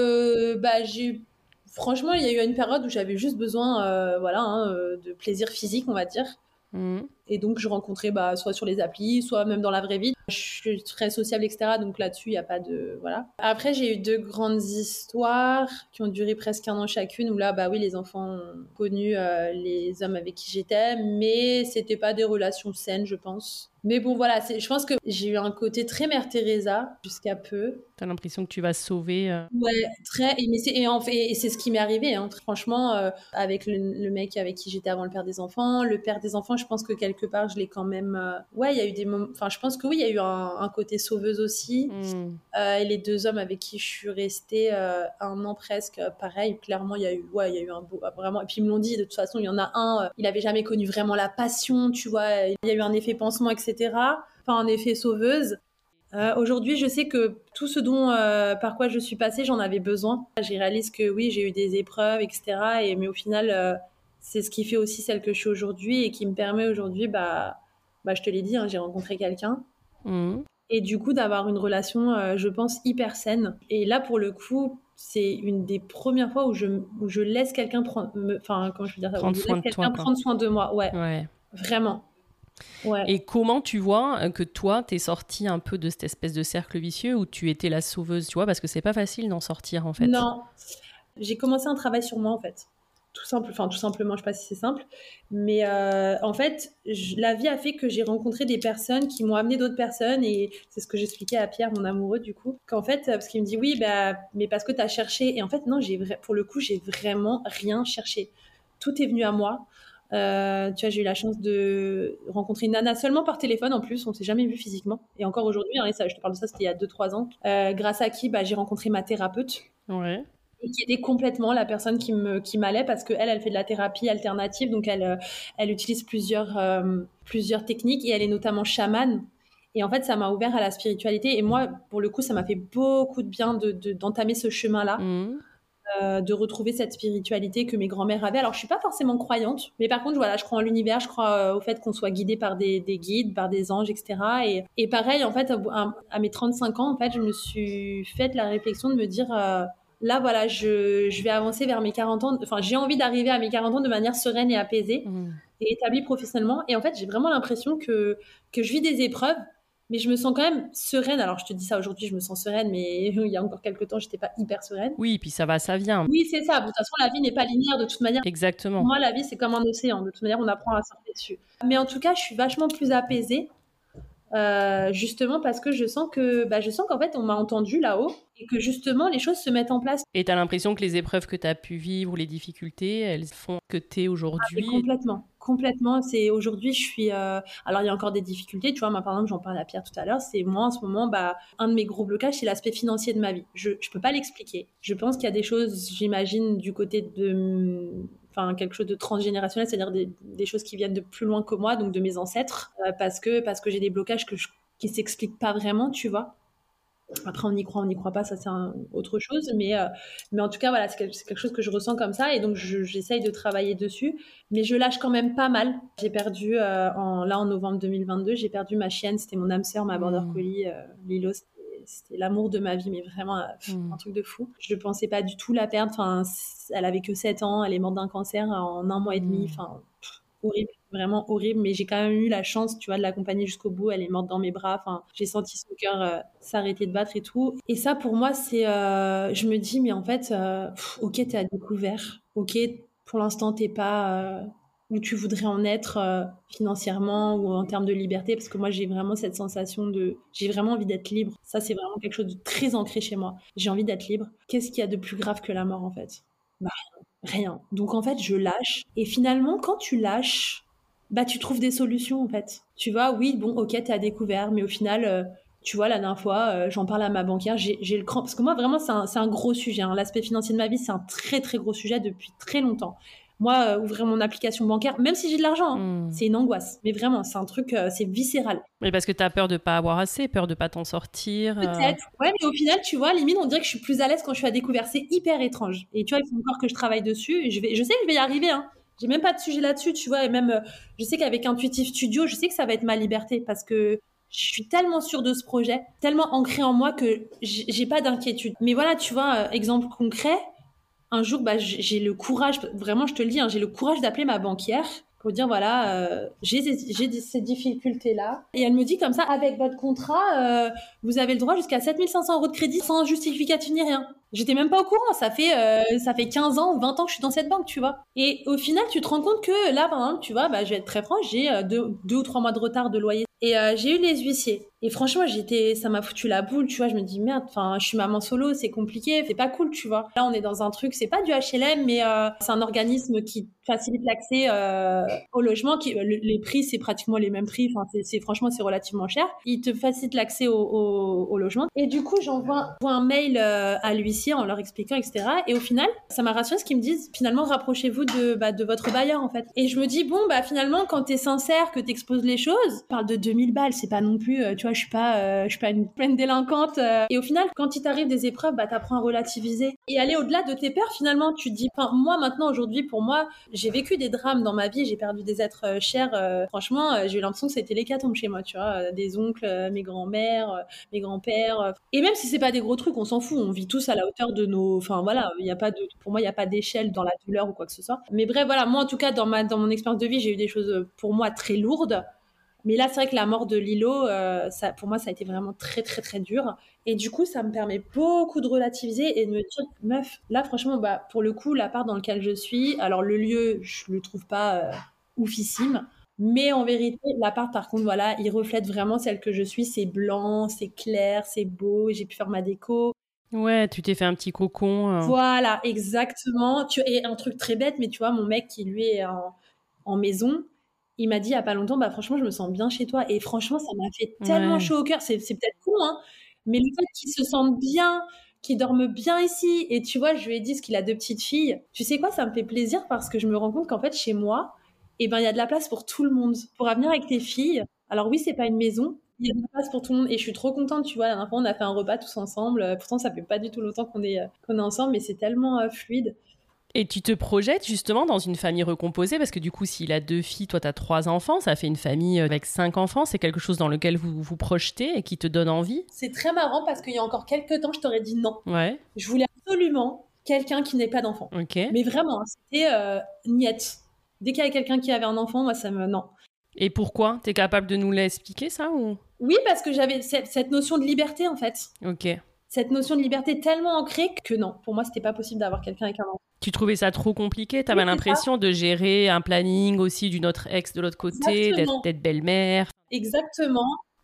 franchement, il y a eu une période où j'avais juste besoin de plaisir physique, on va dire. Et donc je rencontrais soit sur les applis, soit même dans la vraie vie. Je suis très sociable, etc. Donc là-dessus, il n'y a pas de... Voilà. Après, j'ai eu 2 grandes histoires qui ont duré presque 1 an chacune, où là, les enfants ont connu les hommes avec qui j'étais, mais c'était pas des relations saines, je pense. Mais bon, voilà, je pense que j'ai eu un côté très Mère Teresa jusqu'à peu. T'as l'impression que tu vas sauver... Ouais, très. Et c'est ce qui m'est arrivé, hein. Franchement, avec le mec avec qui j'étais avant le père des enfants. Le père des enfants, je pense que quelque part, je l'ai quand même... il y a eu des moments... Enfin, je pense que oui, il y a eu un côté sauveuse aussi. Et les 2 hommes avec qui je suis restée 1 an presque, pareil, clairement, il y a eu un beau... Vraiment... Et puis, ils me l'ont dit, de toute façon, il y en a un, il avait jamais connu vraiment la passion, tu vois. Il y a eu un effet pansement, etc. Enfin, un effet sauveuse. Aujourd'hui, je sais que tout ce dont par quoi je suis passée, j'en avais besoin. J'ai réalisé que oui, j'ai eu des épreuves, etc. Mais au final, c'est ce qui fait aussi celle que je suis aujourd'hui et qui me permet aujourd'hui, je te l'ai dit, hein, j'ai rencontré quelqu'un. Et du coup, d'avoir une relation, je pense, hyper saine. Et là, pour le coup, c'est une des premières fois où je laisse quelqu'un prendre soin de moi. Ouais. Vraiment. Ouais. Et comment tu vois que toi, t'es sortie un peu de cette espèce de cercle vicieux où tu étais la sauveuse, tu vois, parce que c'est pas facile d'en sortir, en fait. Non, j'ai commencé un travail sur moi, en fait. Tout simplement, je sais pas si c'est simple, mais en fait, la vie a fait que j'ai rencontré des personnes qui m'ont amené d'autres personnes, et c'est ce que j'expliquais à Pierre, mon amoureux, du coup, qu'en fait, parce qu'il me dit oui, mais parce que t'as cherché, et en fait, non, pour le coup, j'ai vraiment rien cherché. Tout est venu à moi. Tu vois, j'ai eu la chance de rencontrer une nana seulement par téléphone, en plus, on s'est jamais vu physiquement, et encore aujourd'hui, hein, et ça, je te parle de ça, c'était il y a 2-3 ans, grâce à qui j'ai rencontré ma thérapeute. Ouais. Et qui était complètement la personne qui m'allait, parce que elle fait de la thérapie alternative, donc elle utilise plusieurs techniques, et elle est notamment chamane. Et en fait, ça m'a ouvert à la spiritualité, et moi, pour le coup, ça m'a fait beaucoup de bien d'entamer ce chemin-là. De retrouver cette spiritualité que mes grands-mères avaient. Alors, je suis pas forcément croyante, mais par contre, voilà, je crois en l'univers, je crois au fait qu'on soit guidé par des guides, par des anges, etc. Et pareil, en fait, à mes 35 ans, en fait, je me suis fait la réflexion de me dire, là, voilà, je vais avancer vers mes 40 ans. Enfin, j'ai envie d'arriver à mes 40 ans de manière sereine et apaisée, et établie professionnellement. Et en fait, j'ai vraiment l'impression que je vis des épreuves, mais je me sens quand même sereine. Alors, je te dis ça aujourd'hui, je me sens sereine, mais il y a encore quelques temps, j'étais pas hyper sereine. Oui, puis ça va, ça vient. Oui, c'est ça. De toute façon, la vie n'est pas linéaire de toute manière. Exactement. Moi, la vie, c'est comme un océan. De toute manière, on apprend à surfer dessus. Mais en tout cas, je suis vachement plus apaisée, justement parce que je sens qu'en fait, on m'a entendu là-haut. et que justement les choses se mettent en place. Et tu as l'impression que les épreuves que tu as pu vivre ou les difficultés, elles font que tu es aujourd'hui? Complètement. C'est aujourd'hui, je suis. Alors, il y a encore des difficultés. Tu vois, moi, par exemple, j'en parlais à Pierre tout à l'heure. C'est moi, en ce moment, un de mes gros blocages, c'est l'aspect financier de ma vie. Je peux pas l'expliquer. Je pense qu'il y a des choses, j'imagine, du côté de. Enfin, quelque chose de transgénérationnel, c'est-à-dire des choses qui viennent de plus loin que moi, donc de mes ancêtres, parce que j'ai des blocages qui s'expliquent pas vraiment, tu vois. Après, on y croit pas, ça c'est autre chose, mais en tout cas, voilà, c'est quelque chose que je ressens comme ça, et donc j'essaye de travailler dessus, mais je lâche quand même pas mal. J'ai perdu, en novembre 2022, j'ai perdu ma chienne, c'était mon âme sœur, ma border collie, Lilo, c'était l'amour de ma vie, mais vraiment un truc de fou. Je ne pensais pas du tout la perdre, enfin, elle avait que 7 ans, elle est morte d'un cancer en 1 mois et demi, enfin... horrible, vraiment horrible, mais j'ai quand même eu la chance, tu vois, de l'accompagner jusqu'au bout. Elle est morte dans mes bras, enfin, j'ai senti son cœur s'arrêter de battre et tout. Et ça, pour moi, c'est, je me dis, mais en fait, ok, t'es à découvert, ok, pour l'instant, t'es pas où tu voudrais en être financièrement ou en termes de liberté, parce que moi, j'ai vraiment cette sensation j'ai vraiment envie d'être libre. Ça, c'est vraiment quelque chose de très ancré chez moi. J'ai envie d'être libre. Qu'est-ce qu'il y a de plus grave que la mort, en fait? Rien. Donc en fait, je lâche. Et finalement, quand tu lâches, tu trouves des solutions en fait. Tu vois, oui, bon, ok, t'es à découvert, mais au final, tu vois, la dernière fois, j'en parle à ma banquière, j'ai le cran. Parce que moi, vraiment, c'est un gros sujet. Hein. L'aspect financier de ma vie, c'est un très, très gros sujet depuis très longtemps. Moi, ouvrir mon application bancaire, même si j'ai de l'argent, c'est une angoisse. Mais vraiment, c'est un truc, c'est viscéral. Mais parce que t'as peur de pas avoir assez, peur de pas t'en sortir. Peut-être. Ouais, mais au final, tu vois, limite, on dirait que je suis plus à l'aise quand je suis à découvert. C'est hyper étrange. Et tu vois, il faut encore que je travaille dessus. Et je sais que je vais y arriver, hein. J'ai même pas de sujet là-dessus, tu vois. Et même, je sais qu'avec Intuitive Studio, je sais que ça va être ma liberté parce que je suis tellement sûre de ce projet, tellement ancrée en moi que j'ai pas d'inquiétude. Mais voilà, tu vois, exemple concret. Un jour, j'ai le courage, vraiment, je te le dis, hein, j'ai le courage d'appeler ma banquière pour dire, voilà, j'ai ces difficultés-là. Et elle me dit comme ça, avec votre contrat, vous avez le droit jusqu'à 7 500 € de crédit sans justificatif ni rien. J'étais même pas au courant, ça fait 15 ans ou 20 ans que je suis dans cette banque, tu vois. Et au final, tu te rends compte que là, par exemple, tu vois, je vais être très franche, j'ai 2 ou 3 mois de retard de loyer. Et j'ai eu les huissiers. Et franchement, ça m'a foutu la boule, tu vois. Je me dis, merde, je suis maman solo, c'est compliqué, c'est pas cool, tu vois. Là, on est dans un truc, c'est pas du HLM, mais c'est un organisme qui facilite l'accès au logement. Les prix, c'est pratiquement les mêmes prix. Enfin, franchement, c'est relativement cher. Il te facilite l'accès au logement. Et du coup, j'envoie un mail à l'huissier en leur expliquant, etc. Et au final, ça m'a rassuré ce qu'ils me disent, finalement, rapprochez-vous de votre bailleur, en fait. Et je me dis, bon, finalement, quand t'es sincère, que t'exposes les choses, parle de 2000 balles, c'est pas non plus, tu vois, je suis pas une pleine délinquante. Et au final, quand il t'arrive des épreuves, t'apprends à relativiser et aller au-delà de tes peurs. Finalement, tu te dis, moi maintenant aujourd'hui, pour moi, j'ai vécu des drames dans ma vie, j'ai perdu des êtres chers. Franchement, j'ai eu l'impression que c'était l'hécatombe chez moi, tu vois, des oncles, mes grands-mères, mes grands-pères. Et même si c'est pas des gros trucs, on s'en fout, on vit tous à la hauteur de nos. Enfin voilà, pour moi, il y a pas d'échelle dans la douleur ou quoi que ce soit. Mais bref, voilà, moi en tout cas, dans mon expérience de vie, j'ai eu des choses pour moi très lourdes. Mais là, c'est vrai que la mort de Lilo, pour moi, ça a été vraiment très, très, très dur. Et du coup, ça me permet beaucoup de relativiser et de me dire, meuf, là, franchement, pour le coup, l'appart dans lequel je suis, alors le lieu, je le trouve pas oufissime. Mais en vérité, l'appart, par contre, voilà, il reflète vraiment celle que je suis. C'est blanc, c'est clair, c'est beau. J'ai pu faire ma déco. Ouais, tu t'es fait un petit cocon. Voilà, exactement. Et un truc très bête, mais tu vois, mon mec qui, lui, est en maison... Il m'a dit il y a pas longtemps, franchement, je me sens bien chez toi. Et franchement, ça m'a fait tellement chaud au cœur. C'est peut-être con, hein, mais le fait qu'il se sente bien, qu'il dorme bien ici. Et tu vois, je lui ai dit qu'il a 2 petites filles. Tu sais quoi, ça me fait plaisir parce que je me rends compte qu'en fait, chez moi, il y a de la place pour tout le monde. Pour venir avec tes filles. Alors oui, c'est pas une maison. Il y a de la place pour tout le monde. Et je suis trop contente, tu vois. La dernière fois, on a fait un repas tous ensemble. Pourtant, ça fait pas du tout longtemps qu'on est ensemble, mais c'est tellement fluide. Et tu te projettes justement dans une famille recomposée parce que du coup, s'il a 2 filles, toi, tu as 3 enfants, ça fait une famille avec 5 enfants. C'est quelque chose dans lequel vous vous projetez et qui te donne envie? C'est très marrant parce qu'il y a encore quelques temps, je t'aurais dit non. Ouais. Je voulais absolument quelqu'un qui n'ait pas d'enfant. Ok. Mais vraiment, c'était niette. Dès qu'il y avait quelqu'un qui avait un enfant, moi, non. Et pourquoi? T'es capable de nous l'expliquer, ça, ou? Oui, parce que j'avais cette notion de liberté, en fait. Ok. Cette notion de liberté tellement ancrée que non, pour moi, c'était pas possible d'avoir quelqu'un avec un enfant. Tu trouvais ça trop compliqué? T'avais l'impression de gérer un planning aussi d'une autre ex de l'autre côté, d'être belle-mère? Exactement.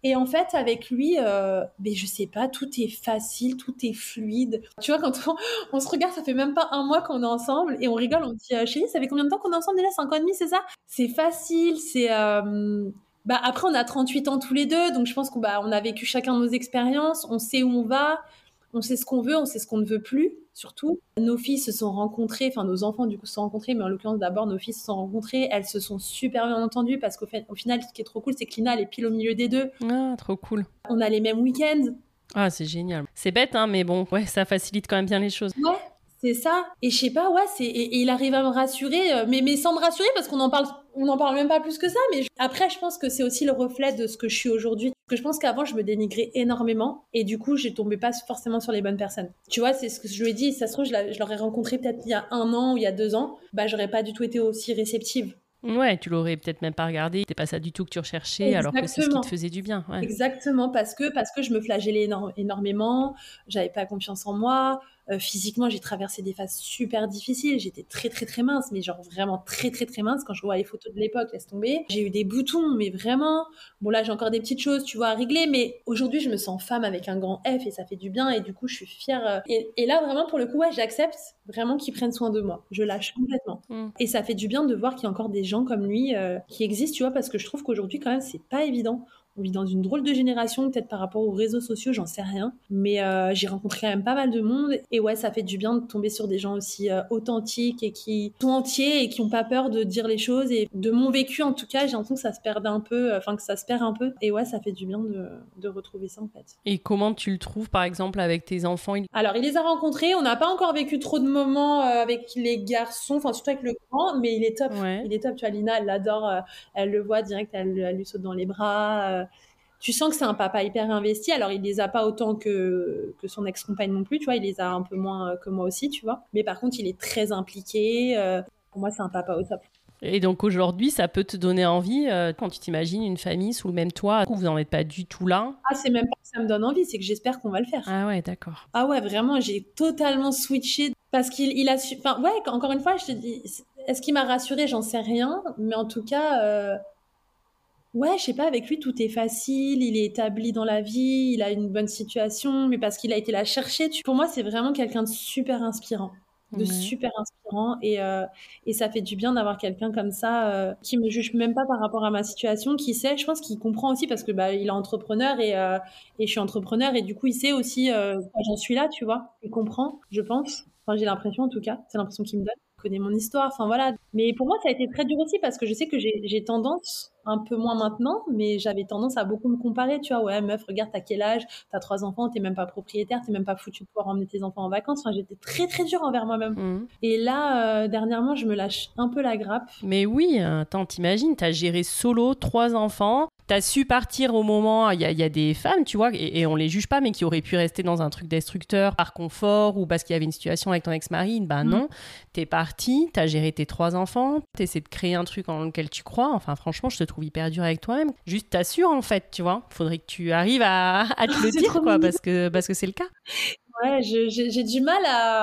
Et en fait, avec lui, mais je sais pas, tout est facile, tout est fluide. Tu vois, quand on se regarde, ça fait même pas un mois qu'on est ensemble et on rigole, on dit chérie, ça fait combien de temps qu'on est ensemble déjà? 5 ans et demi, c'est ça? C'est facile, c'est... après, on a 38 ans tous les deux, donc je pense qu'on on a vécu chacun nos expériences, on sait où on va, on sait ce qu'on veut, on sait ce qu'on ne veut plus, surtout. Nos filles se sont rencontrées, enfin nos enfants du coup se sont rencontrés, mais en l'occurrence d'abord nos filles se sont rencontrées, elles se sont super bien entendues parce qu'au final, ce qui est trop cool, c'est que Lina, elle est pile au milieu des deux. Ah, trop cool. On a les mêmes week-ends. Ah, c'est génial. C'est bête, hein, mais bon, ouais, ça facilite quand même bien les choses. Ouais. C'est ça. Et je sais pas, ouais, et il arrive à me rassurer, mais sans me rassurer parce qu'on en parle même pas plus que ça. Mais après, je pense que c'est aussi le reflet de ce que je suis aujourd'hui. Parce que je pense qu'avant, je me dénigrais énormément et du coup, je tombais pas forcément sur les bonnes personnes. Tu vois, c'est ce que je lui ai dit. Ça se trouve, je l'aurais rencontré peut-être il y a 1 an ou il y a 2 ans. J'aurais pas du tout été aussi réceptive. Ouais, tu l'aurais peut-être même pas regardé. C'était pas ça du tout que tu recherchais, Exactement. alors que c'est ce qui te faisait du bien. Ouais. Exactement, parce que je me flagellais énormément. J'avais pas confiance en moi. Physiquement, j'ai traversé des phases super difficiles. J'étais très très très mince, mais genre vraiment très très très mince. Quand je vois les photos de l'époque, laisse tomber. J'ai eu des boutons, mais vraiment. Bon là, j'ai encore des petites choses, tu vois, à régler. Mais aujourd'hui, je me sens femme avec un grand F et ça fait du bien. Et du coup, je suis fière. Et là, vraiment, pour le coup, ouais, j'accepte vraiment qu'ils prennent soin de moi. Je lâche complètement. Et ça fait du bien de voir qu'il y a encore des gens comme lui qui existent, tu vois, parce que je trouve qu'aujourd'hui, quand même, c'est pas évident. On vit dans une drôle de génération, peut-être par rapport aux réseaux sociaux, j'en sais rien. Mais j'ai rencontré quand même pas mal de monde. Et ouais, ça fait du bien de tomber sur des gens aussi authentiques et qui sont entiers et qui n'ont pas peur de dire les choses. Et de mon vécu, en tout cas, j'ai l'impression que ça se perd un peu. Enfin, que ça se perd un peu. Et ouais, ça fait du bien de retrouver ça, en fait. Et comment tu le trouves, par exemple, avec tes enfants? Alors, il les a rencontrés. On n'a pas encore vécu trop de moments avec les garçons, enfin, surtout avec le grand, mais il est top. Ouais. Il est top. Tu vois, Lina, elle l'adore. Elle le voit direct, elle lui saute dans les bras. Tu sens que c'est un papa hyper investi. Alors, il les a pas autant que son ex-compagne non plus, tu vois. Il les a un peu moins que moi aussi, tu vois. Mais par contre, il est très impliqué. Pour moi, c'est un papa au top. Et donc aujourd'hui, ça peut te donner envie, quand tu t'imagines une famille sous le même toit, où vous n'en êtes pas du tout là? Ah, c'est même pas que ça me donne envie, c'est que j'espère qu'on va le faire. Ah ouais, d'accord. Ah ouais, vraiment, j'ai totalement switché parce qu'il a su... Enfin, ouais, encore une fois, je te dis, est-ce qu'il m'a rassurée? J'en sais rien. Mais en tout cas... Ouais, je sais pas, avec lui, tout est facile, il est établi dans la vie, il a une bonne situation, mais parce qu'il a été la chercher. Pour moi, c'est vraiment quelqu'un de super inspirant. Super inspirant. Et ça fait du bien d'avoir quelqu'un comme ça qui me juge même pas par rapport à ma situation, qui sait, je pense qu'il comprend aussi parce que il est entrepreneur et je suis entrepreneur et du coup, il sait aussi quand j'en suis là, tu vois. Il comprend, je pense. Enfin, j'ai l'impression en tout cas, c'est l'impression qu'il me donne. Il connaît mon histoire, enfin voilà. Mais pour moi, ça a été très dur aussi parce que je sais que j'ai tendance, un peu moins maintenant, mais j'avais tendance à beaucoup me comparer, tu vois. Ouais, meuf, regarde, t'as quel âge? T'as 3 enfants, t'es même pas propriétaire, t'es même pas foutu de pouvoir emmener tes enfants en vacances. Enfin, j'étais très très dure envers moi-même. Et là, dernièrement, je me lâche un peu la grappe. Mais oui, attends, t'imagines, t'as géré solo 3 enfants. T'as su partir au moment, il y a des femmes, tu vois, et on les juge pas, mais qui auraient pu rester dans un truc destructeur par confort ou parce qu'il y avait une situation avec ton ex-mari. Non, t'es partie, t'as géré tes 3 enfants, t'essaies de créer un truc en lequel tu crois. Enfin, franchement, je te trouve hyper dur avec toi-même. Juste t'assures, en fait, tu vois. Faudrait que tu arrives à te le dire, quoi, parce que c'est le cas. Ouais, j'ai du mal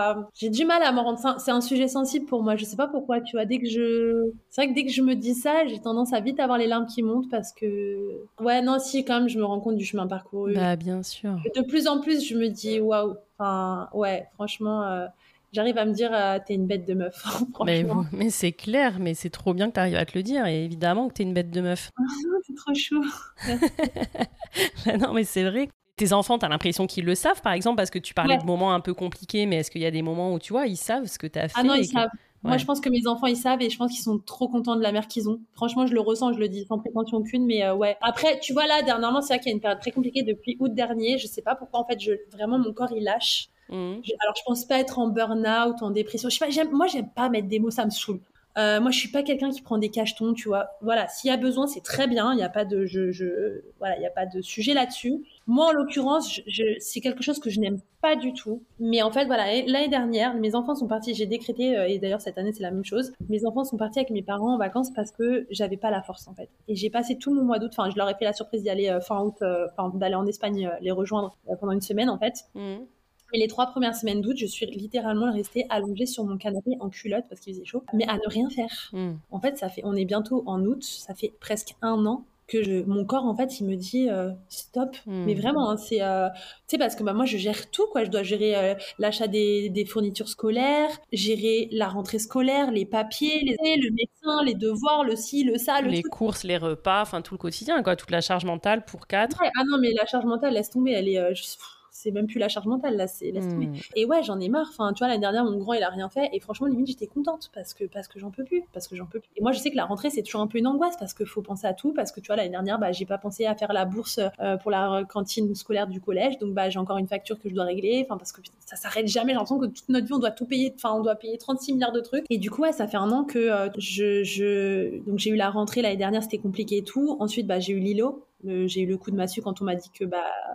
à m'en rendre. C'est un sujet sensible pour moi. Je sais pas pourquoi, tu vois. C'est vrai que dès que je me dis ça, j'ai tendance à vite avoir les larmes qui montent parce que, ouais, non, si, quand même, je me rends compte du chemin parcouru. Bah, bien sûr. De plus en plus, je me dis, waouh. Enfin, ouais, franchement, j'arrive à me dire, t'es une bête de meuf. Franchement. Mais c'est clair, mais c'est trop bien que t'arrives à te le dire. Et évidemment que t'es une bête de meuf. C'est trop chou. Non, mais c'est vrai. Tes enfants, t'as l'impression qu'ils le savent, par exemple, parce que tu parlais de moments un peu compliqués, mais est-ce qu'il y a des moments où, tu vois, ils savent ce que t'as fait? Ah non, ils savent. Moi, je pense que mes enfants, ils savent et je pense qu'ils sont trop contents de la mère qu'ils ont. Franchement, je le ressens, je le dis sans prétention aucune, mais ouais. Après, tu vois, là, dernièrement, c'est vrai qu'il y a une période très compliquée depuis août dernier. Je sais pas pourquoi, en fait, vraiment, mon corps, il lâche. Alors, je pense pas être en burn-out, en dépression. Je sais pas, moi, j'aime pas mettre des mots, ça me saoule. Moi, je suis pas quelqu'un qui prend des cachetons, tu vois. Voilà, s'il y a besoin, c'est très bien. Il y a pas de, voilà, il y a pas de sujet là-dessus. Moi, en l'occurrence, c'est quelque chose que je n'aime pas du tout. Mais en fait, voilà, l'année dernière, mes enfants sont partis. J'ai décrété, et d'ailleurs cette année, c'est la même chose. Mes enfants sont partis avec mes parents en vacances parce que j'avais pas la force, en fait. Et j'ai passé tout mon mois d'août. Enfin, je leur ai fait la surprise d'y aller fin août, d'aller en Espagne les rejoindre pendant une semaine, en fait. Et les 3 premières semaines d'août, je suis littéralement restée allongée sur mon canapé en culotte parce qu'il faisait chaud, mais à ne rien faire. En fait, on est bientôt en août, ça fait presque 1 an mon corps, en fait, il me dit stop. Mais vraiment, hein, c'est, tu sais, parce que moi, je gère tout, quoi. Je dois gérer l'achat des fournitures scolaires, gérer la rentrée scolaire, les papiers, le médecin, les devoirs, le ci, le ça, les courses, les repas, enfin tout le quotidien, quoi, toute la charge mentale pour 4. Ouais, ah non, mais la charge mentale, laisse tomber, elle est, c'est même plus la charge mentale, là, c'est laisse tomber. Et ouais, j'en ai marre. Enfin, tu vois, l'année dernière, mon grand, il a rien fait. Et franchement, limite, j'étais contente parce que j'en peux plus. Et moi, je sais que la rentrée, c'est toujours un peu une angoisse parce qu'il faut penser à tout. Parce que tu vois, l'année dernière, j'ai pas pensé à faire la bourse pour la cantine scolaire du collège. Donc, j'ai encore une facture que je dois régler. Enfin, parce que ça s'arrête jamais. J'ai l'impression que toute notre vie, on doit tout payer. Enfin, on doit payer 36 milliards de trucs. Et du coup, ouais, ça fait 1 an que donc j'ai eu la rentrée l'année dernière, c'était compliqué et tout. Ensuite, j'ai eu Lilo. J'ai eu le coup de massue quand on m'a dit que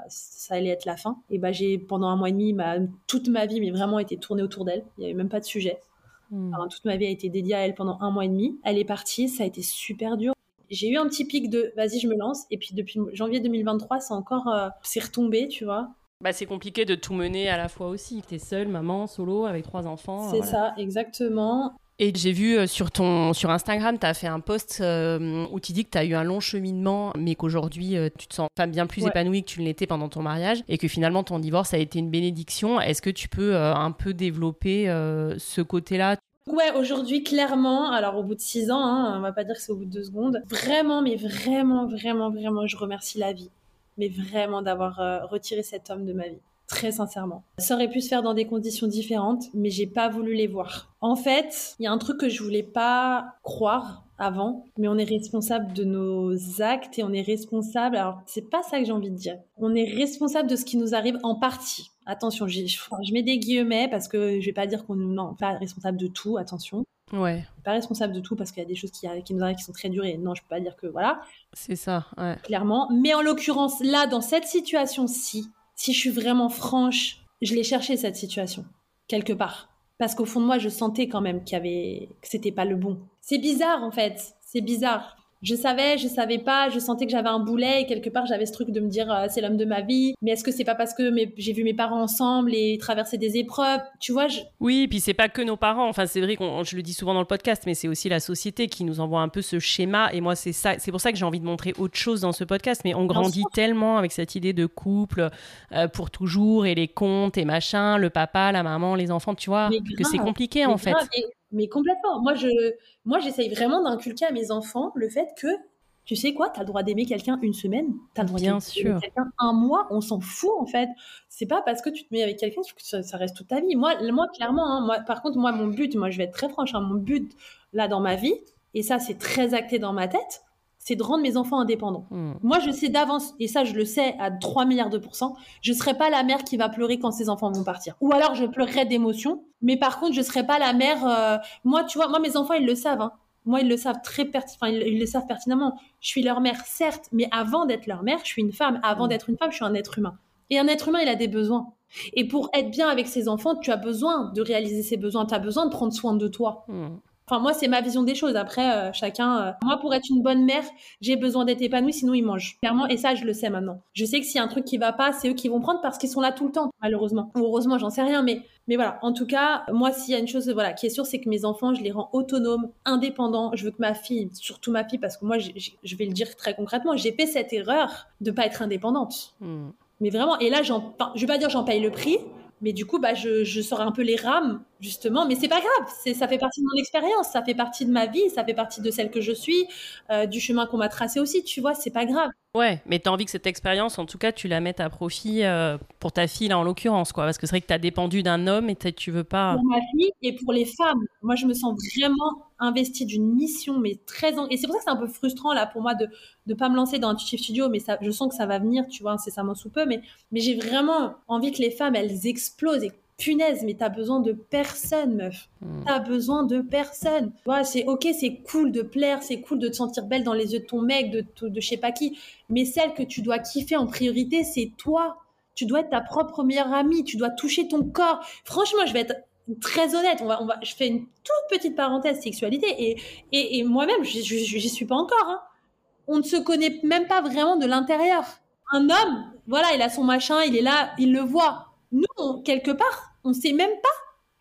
ça allait être la fin. Et j'ai pendant 1 mois et demi, toute ma vie, mais vraiment été tournée autour d'elle. Il n'y avait même pas de sujet. Enfin, toute ma vie a été dédiée à elle pendant 1 mois et demi. Elle est partie, ça a été super dur. J'ai eu un petit pic de vas-y, je me lance. Et puis depuis janvier 2023, c'est retombé, tu vois. C'est compliqué de tout mener à la fois aussi. T'es seule, maman, solo, avec 3 enfants. C'est ça, exactement. Et j'ai vu sur Instagram, tu as fait un post où tu dis que tu as eu un long cheminement, mais qu'aujourd'hui, tu te sens bien plus épanouie que tu ne l'étais pendant ton mariage, et que finalement, ton divorce a été une bénédiction. Est-ce que tu peux un peu développer ce côté-là ? Ouais, aujourd'hui, clairement, alors au bout de 6 ans, hein, on va pas dire que c'est au bout de 2 secondes, vraiment, mais vraiment, vraiment, vraiment, je remercie la vie, mais vraiment d'avoir retiré cet homme de ma vie. Très sincèrement. Ça aurait pu se faire dans des conditions différentes, mais j'ai pas voulu les voir. En fait, il y a un truc que je voulais pas croire avant, mais on est responsable de nos actes et on est responsable, alors c'est pas ça que j'ai envie de dire, on est responsable de ce qui nous arrive en partie. Attention, je mets des guillemets parce que je vais pas dire non, pas responsable de tout, attention. Ouais. Pas responsable de tout parce qu'il y a des choses qui nous arrivent qui sont très dures et non, je peux pas dire que voilà. C'est ça, ouais. Clairement. Mais en l'occurrence, là, dans cette situation-ci, si je suis vraiment franche, je l'ai cherché cette situation, quelque part. Parce qu'au fond de moi, je sentais quand même que c'était pas le bon. C'est bizarre, en fait. C'est bizarre. Je savais pas, je sentais que j'avais un boulet et quelque part j'avais ce truc de me dire c'est l'homme de ma vie, mais est-ce que c'est pas parce que j'ai vu mes parents ensemble et traverser des épreuves, tu vois Oui, et puis c'est pas que nos parents, enfin c'est vrai je le dis souvent dans le podcast, mais c'est aussi la société qui nous envoie un peu ce schéma, et moi c'est pour ça que j'ai envie de montrer autre chose dans ce podcast, mais on grandit tellement avec cette idée de couple pour toujours et les comptes et machin, le papa, la maman, les enfants, tu vois, que c'est compliqué en fait. Mais complètement. Moi, j'essaye vraiment d'inculquer à mes enfants le fait que, tu sais quoi, t'as le droit d'aimer quelqu'un 1 semaine, t'as le droit d'aimer quelqu'un 1 mois, on s'en fout en fait. C'est pas parce que tu te mets avec quelqu'un que ça reste toute ta vie. Moi clairement, hein, par contre, mon but, je vais être très franche, hein, mon but là dans ma vie, et ça c'est très acté dans ma tête, c'est de rendre mes enfants indépendants. Moi, je sais d'avance, et ça, je le sais à 3 milliards de %, je serai pas la mère qui va pleurer quand ses enfants vont partir. Ou alors, je pleurerai d'émotion, mais par contre, je serai pas la mère... Moi, tu vois, mes enfants, ils le savent. Hein. Moi, ils le savent ils le savent pertinemment. Je suis leur mère, certes, mais avant d'être leur mère, je suis une femme. Avant d'être une femme, je suis un être humain. Et un être humain, il a des besoins. Et pour être bien avec ses enfants, tu as besoin de réaliser ses besoins. Tu as besoin de prendre soin de toi. Enfin, moi, c'est ma vision des choses. Après, chacun... Moi, pour être une bonne mère, j'ai besoin d'être épanouie, sinon ils mangent. Clairement, et ça, je le sais maintenant. Je sais que s'il y a un truc qui va pas, c'est eux qui vont prendre parce qu'ils sont là tout le temps, malheureusement. Ou heureusement, j'en sais rien, mais voilà. En tout cas, moi, s'il y a une chose qui est sûre, c'est que mes enfants, je les rends autonomes, indépendants. Je veux que ma fille, surtout ma fille, parce que moi, je vais le dire très concrètement, j'ai fait cette erreur de pas être indépendante. Mais vraiment, et là, je vais pas dire j'en paye le prix, mais du coup, je sors un peu les rames, justement. Mais c'est pas grave, ça fait partie de mon expérience, ça fait partie de ma vie, ça fait partie de celle que je suis, du chemin qu'on m'a tracé aussi, tu vois, c'est pas grave. Ouais, mais t'as envie que cette expérience, en tout cas, tu la mettes à profit pour ta fille, là, en l'occurrence, quoi. Parce que c'est vrai que t'as dépendu d'un homme et tu veux pas... Pour ma fille et pour les femmes. Moi, je me sens vraiment investie d'une mission, mais et c'est pour ça que c'est un peu frustrant, là, pour moi, de pas me lancer dans Intuitive Studio, mais ça, je sens que ça va venir, tu vois, incessamment sous peu, mais j'ai vraiment envie que les femmes, elles explosent et punaise, mais t'as besoin de personne, meuf. T'as besoin de personne. Ouais, c'est ok, c'est cool de plaire, c'est cool de te sentir belle dans les yeux de ton mec, de je sais pas qui, mais celle que tu dois kiffer en priorité, c'est toi. Tu dois être ta propre meilleure amie, tu dois toucher ton corps. Franchement, je vais être très honnête, je fais une toute petite parenthèse sexualité, et moi-même, j'y suis pas encore, hein. On ne se connaît même pas vraiment de l'intérieur. Un homme, voilà, il a son machin, il est là, il le voit. Nous, quelque part, on sait même pas.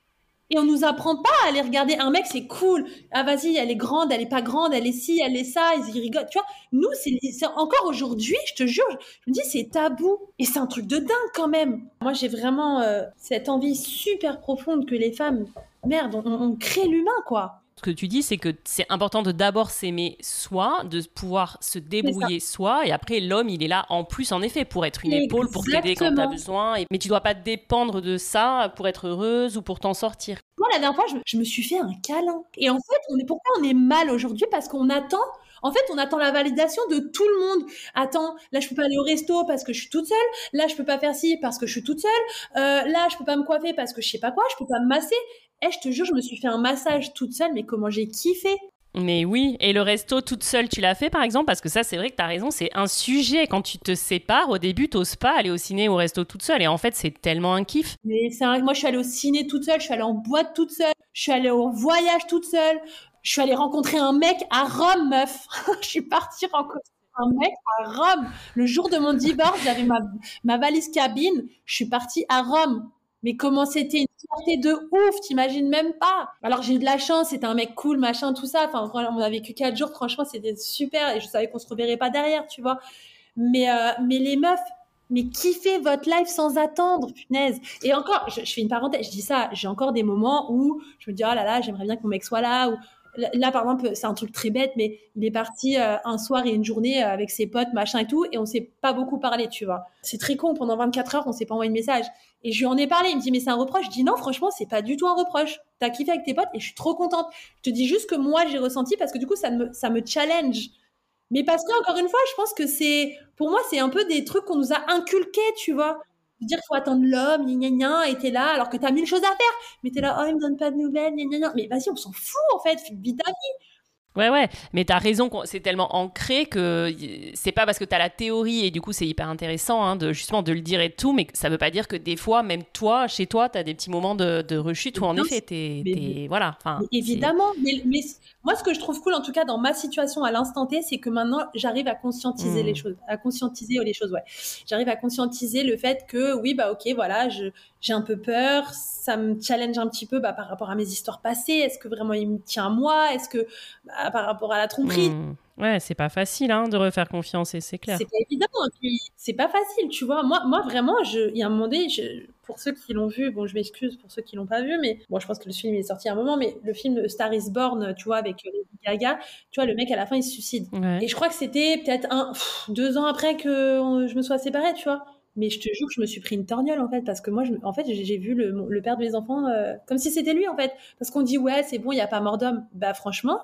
Et on nous apprend pas à aller regarder un mec, c'est cool. Ah, vas-y, elle est grande, elle est pas grande, elle est ci, elle est ça, ils rigolent. Tu vois, nous, c'est encore aujourd'hui, je te jure, je me dis, c'est tabou. Et c'est un truc de dingue quand même. Moi, j'ai vraiment cette envie super profonde que les femmes, merde, on crée l'humain, quoi. Ce que tu dis, c'est que c'est important de d'abord s'aimer soi, de pouvoir se débrouiller soi, et après l'homme, il est là en plus, en effet, pour être une épaule, pour t'aider quand t'as besoin. Mais tu dois pas dépendre de ça pour être heureuse ou pour t'en sortir. Moi, la dernière fois, je me suis fait un câlin. Et en fait, pourquoi on est mal aujourd'hui? Parce qu'on attend... En fait, on attend la validation de tout le monde. Attends, là, je peux pas aller au resto parce que je suis toute seule. Là, je peux pas faire ci parce que je suis toute seule. Là, je peux pas me coiffer parce que je sais pas quoi. Je peux pas me masser. Je te jure, je me suis fait un massage toute seule, mais comment j'ai kiffé. Mais oui, et le resto toute seule, tu l'as fait par exemple? Parce que ça, c'est vrai que t'as raison, c'est un sujet. Quand tu te sépares, au début, t'oses pas aller au ciné ou au resto toute seule. Et en fait, c'est tellement un kiff. Mais moi, je suis allée au ciné toute seule, je suis allée en boîte toute seule, je suis allée au voyage toute seule, je suis allée rencontrer un mec à Rome, meuf. Je suis partie rencontrer un mec à Rome. Le jour de mon divorce, j'avais ma valise cabine, je suis partie à Rome. Mais comment c'était une fierté de ouf, t'imagines même pas. Alors j'ai eu de la chance, c'était un mec cool, machin, tout ça. Enfin, on a vécu 4 jours, franchement, c'était super. Et je savais qu'on se reverrait pas derrière, tu vois. Mais les meufs, mais kiffez votre life sans attendre, punaise. Et encore, je fais une parenthèse, je dis ça, j'ai encore des moments où je me dis, oh là là, j'aimerais bien que mon mec soit là, ou là, par exemple, c'est un truc très bête, mais il est parti un soir et une journée avec ses potes, machin et tout, et on s'est pas beaucoup parlé, tu vois. C'est très con, pendant 24 heures, on s'est pas envoyé de message. Et je lui en ai parlé, il me dit, mais c'est un reproche. Je dis, non, franchement, c'est pas du tout un reproche. T'as kiffé avec tes potes et je suis trop contente. Je te dis juste que moi, j'ai ressenti parce que du coup, ça me challenge. Mais parce que, encore une fois, je pense que pour moi, c'est un peu des trucs qu'on nous a inculqués, tu vois. Dire qu'il faut attendre l'homme, gna gna gna, et t'es là, alors que t'as 1000 choses à faire. Mais t'es là, oh, il me donne pas de nouvelles, gna gna gna. Mais vas-y, on s'en fout, en fait, vis ta vie. Ouais, mais t'as raison, c'est tellement ancré que c'est pas parce que t'as la théorie et du coup c'est hyper intéressant justement de le dire et tout, mais ça veut pas dire que des fois, même toi, chez toi, t'as des petits moments de rechute où en effet voilà. Mais évidemment, mais moi ce que je trouve cool en tout cas dans ma situation à l'instant T, c'est que maintenant j'arrive à conscientiser les choses, ouais. J'arrive à conscientiser le fait que oui, bah ok, voilà, j'ai un peu peur, ça me challenge un petit peu par rapport à mes histoires passées. Est-ce que vraiment il me tient à moi? Est-ce que par rapport à la tromperie? Ouais, c'est pas facile de refaire confiance, et c'est clair. C'est pas évident, et puis c'est pas facile, tu vois. Moi vraiment, il y a un moment donné, pour ceux qui l'ont vu, bon, je m'excuse pour ceux qui l'ont pas vu, mais bon, je pense que le film est sorti à un moment, mais le film Star is Born, tu vois, avec Lady Gaga, tu vois, le mec à la fin il se suicide. Ouais. Et je crois que c'était peut-être 2 ans après que je me sois séparée, tu vois. Mais je te jure que je me suis pris une torgnole, en fait, parce que moi, en fait, j'ai vu le père de mes enfants comme si c'était lui, en fait. Parce qu'on dit, ouais, c'est bon, il n'y a pas mort d'homme. Bah, franchement,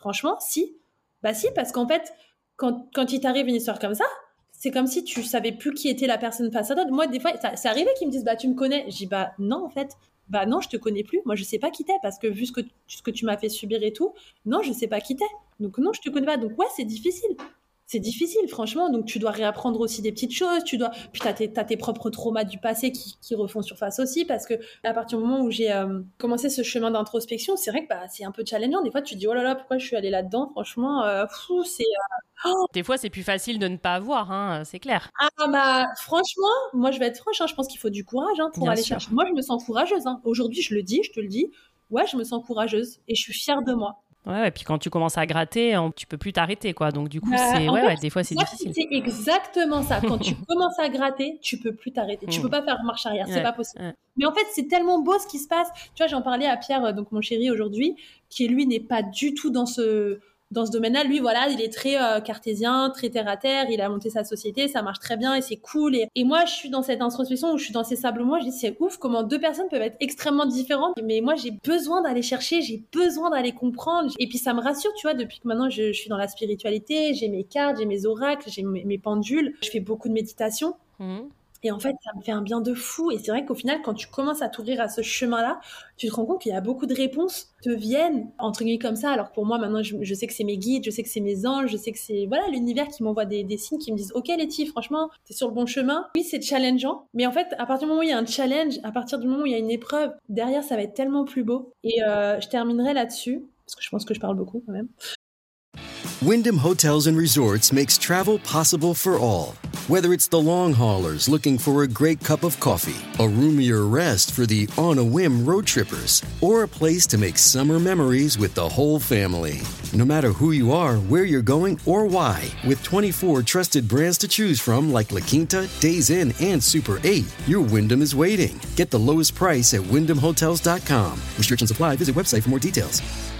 si. Bah, si, parce qu'en fait, quand il t'arrive une histoire comme ça, c'est comme si tu savais plus qui était la personne face à toi. Moi, des fois, c'est arrivé qu'ils me disent, bah, tu me connais. Je dis, bah, non, en fait. Bah, non, je te connais plus. Moi, je sais pas qui t'es, parce que vu ce que tu m'as fait subir et tout, non, je sais pas qui t'es. Donc, non, je te connais pas. Donc, ouais, c'est difficile. C'est difficile, franchement. Donc, tu dois réapprendre aussi des petites choses. Puis, t'as tes propres traumas du passé qui refont surface aussi. Parce que, à partir du moment où j'ai commencé ce chemin d'introspection, c'est vrai que c'est un peu challengeant. Des fois, tu te dis, oh là là, pourquoi je suis allée là-dedans? Franchement, c'est... Des fois, c'est plus facile de ne pas avoir, c'est clair. Ah, franchement, moi, je vais être franche. Je pense qu'il faut du courage pour Bien aller sûr. chercher. Moi, je me sens courageuse. Aujourd'hui, je te le dis. Ouais, je me sens courageuse. Et je suis fière de moi. Ouais, et puis quand tu commences à gratter, tu peux plus t'arrêter, quoi. Donc du coup, des fois c'est difficile. C'est exactement ça. Quand tu commences à gratter, tu peux plus t'arrêter. Tu peux pas faire marche arrière, c'est pas possible. Mais en fait, c'est tellement beau ce qui se passe. Tu vois, j'en parlais à Pierre, donc mon chéri aujourd'hui, qui lui n'est pas du tout dans ce domaine-là. Lui, voilà, il est très cartésien, très terre à terre. Il a monté sa société, ça marche très bien et c'est cool. Et moi, je suis dans cette introspection où je suis dans ces sables mois. Je dis, c'est ouf comment 2 personnes peuvent être extrêmement différentes. Mais moi, j'ai besoin d'aller chercher, j'ai besoin d'aller comprendre. Et puis, ça me rassure, tu vois, depuis que maintenant, je suis dans la spiritualité. J'ai mes cartes, j'ai mes oracles, j'ai mes pendules. Je fais beaucoup de méditation. Et en fait, ça me fait un bien de fou. Et c'est vrai qu'au final, quand tu commences à t'ouvrir à ce chemin-là, tu te rends compte qu'il y a beaucoup de réponses te viennent, entre guillemets, comme ça. Alors pour moi, maintenant, je sais que c'est mes guides, je sais que c'est mes anges, je sais que c'est l'univers qui m'envoie des signes qui me disent « Ok, Letty, franchement, t'es sur le bon chemin. » Oui, c'est challengeant. Mais en fait, à partir du moment où il y a un challenge, à partir du moment où il y a une épreuve, derrière, ça va être tellement plus beau. Et je terminerai là-dessus, parce que je pense que je parle beaucoup quand même. Wyndham Hotels and Resorts makes travel possible for all. Whether it's the long haulers looking for a great cup of coffee, a roomier rest for the on-a-whim road trippers, or a place to make summer memories with the whole family. No matter who you are, where you're going, or why, with 24 trusted brands to choose from like La Quinta, Days Inn, and Super 8, your Wyndham is waiting. Get the lowest price at wyndhamhotels.com. Restrictions apply. Visit website for more details.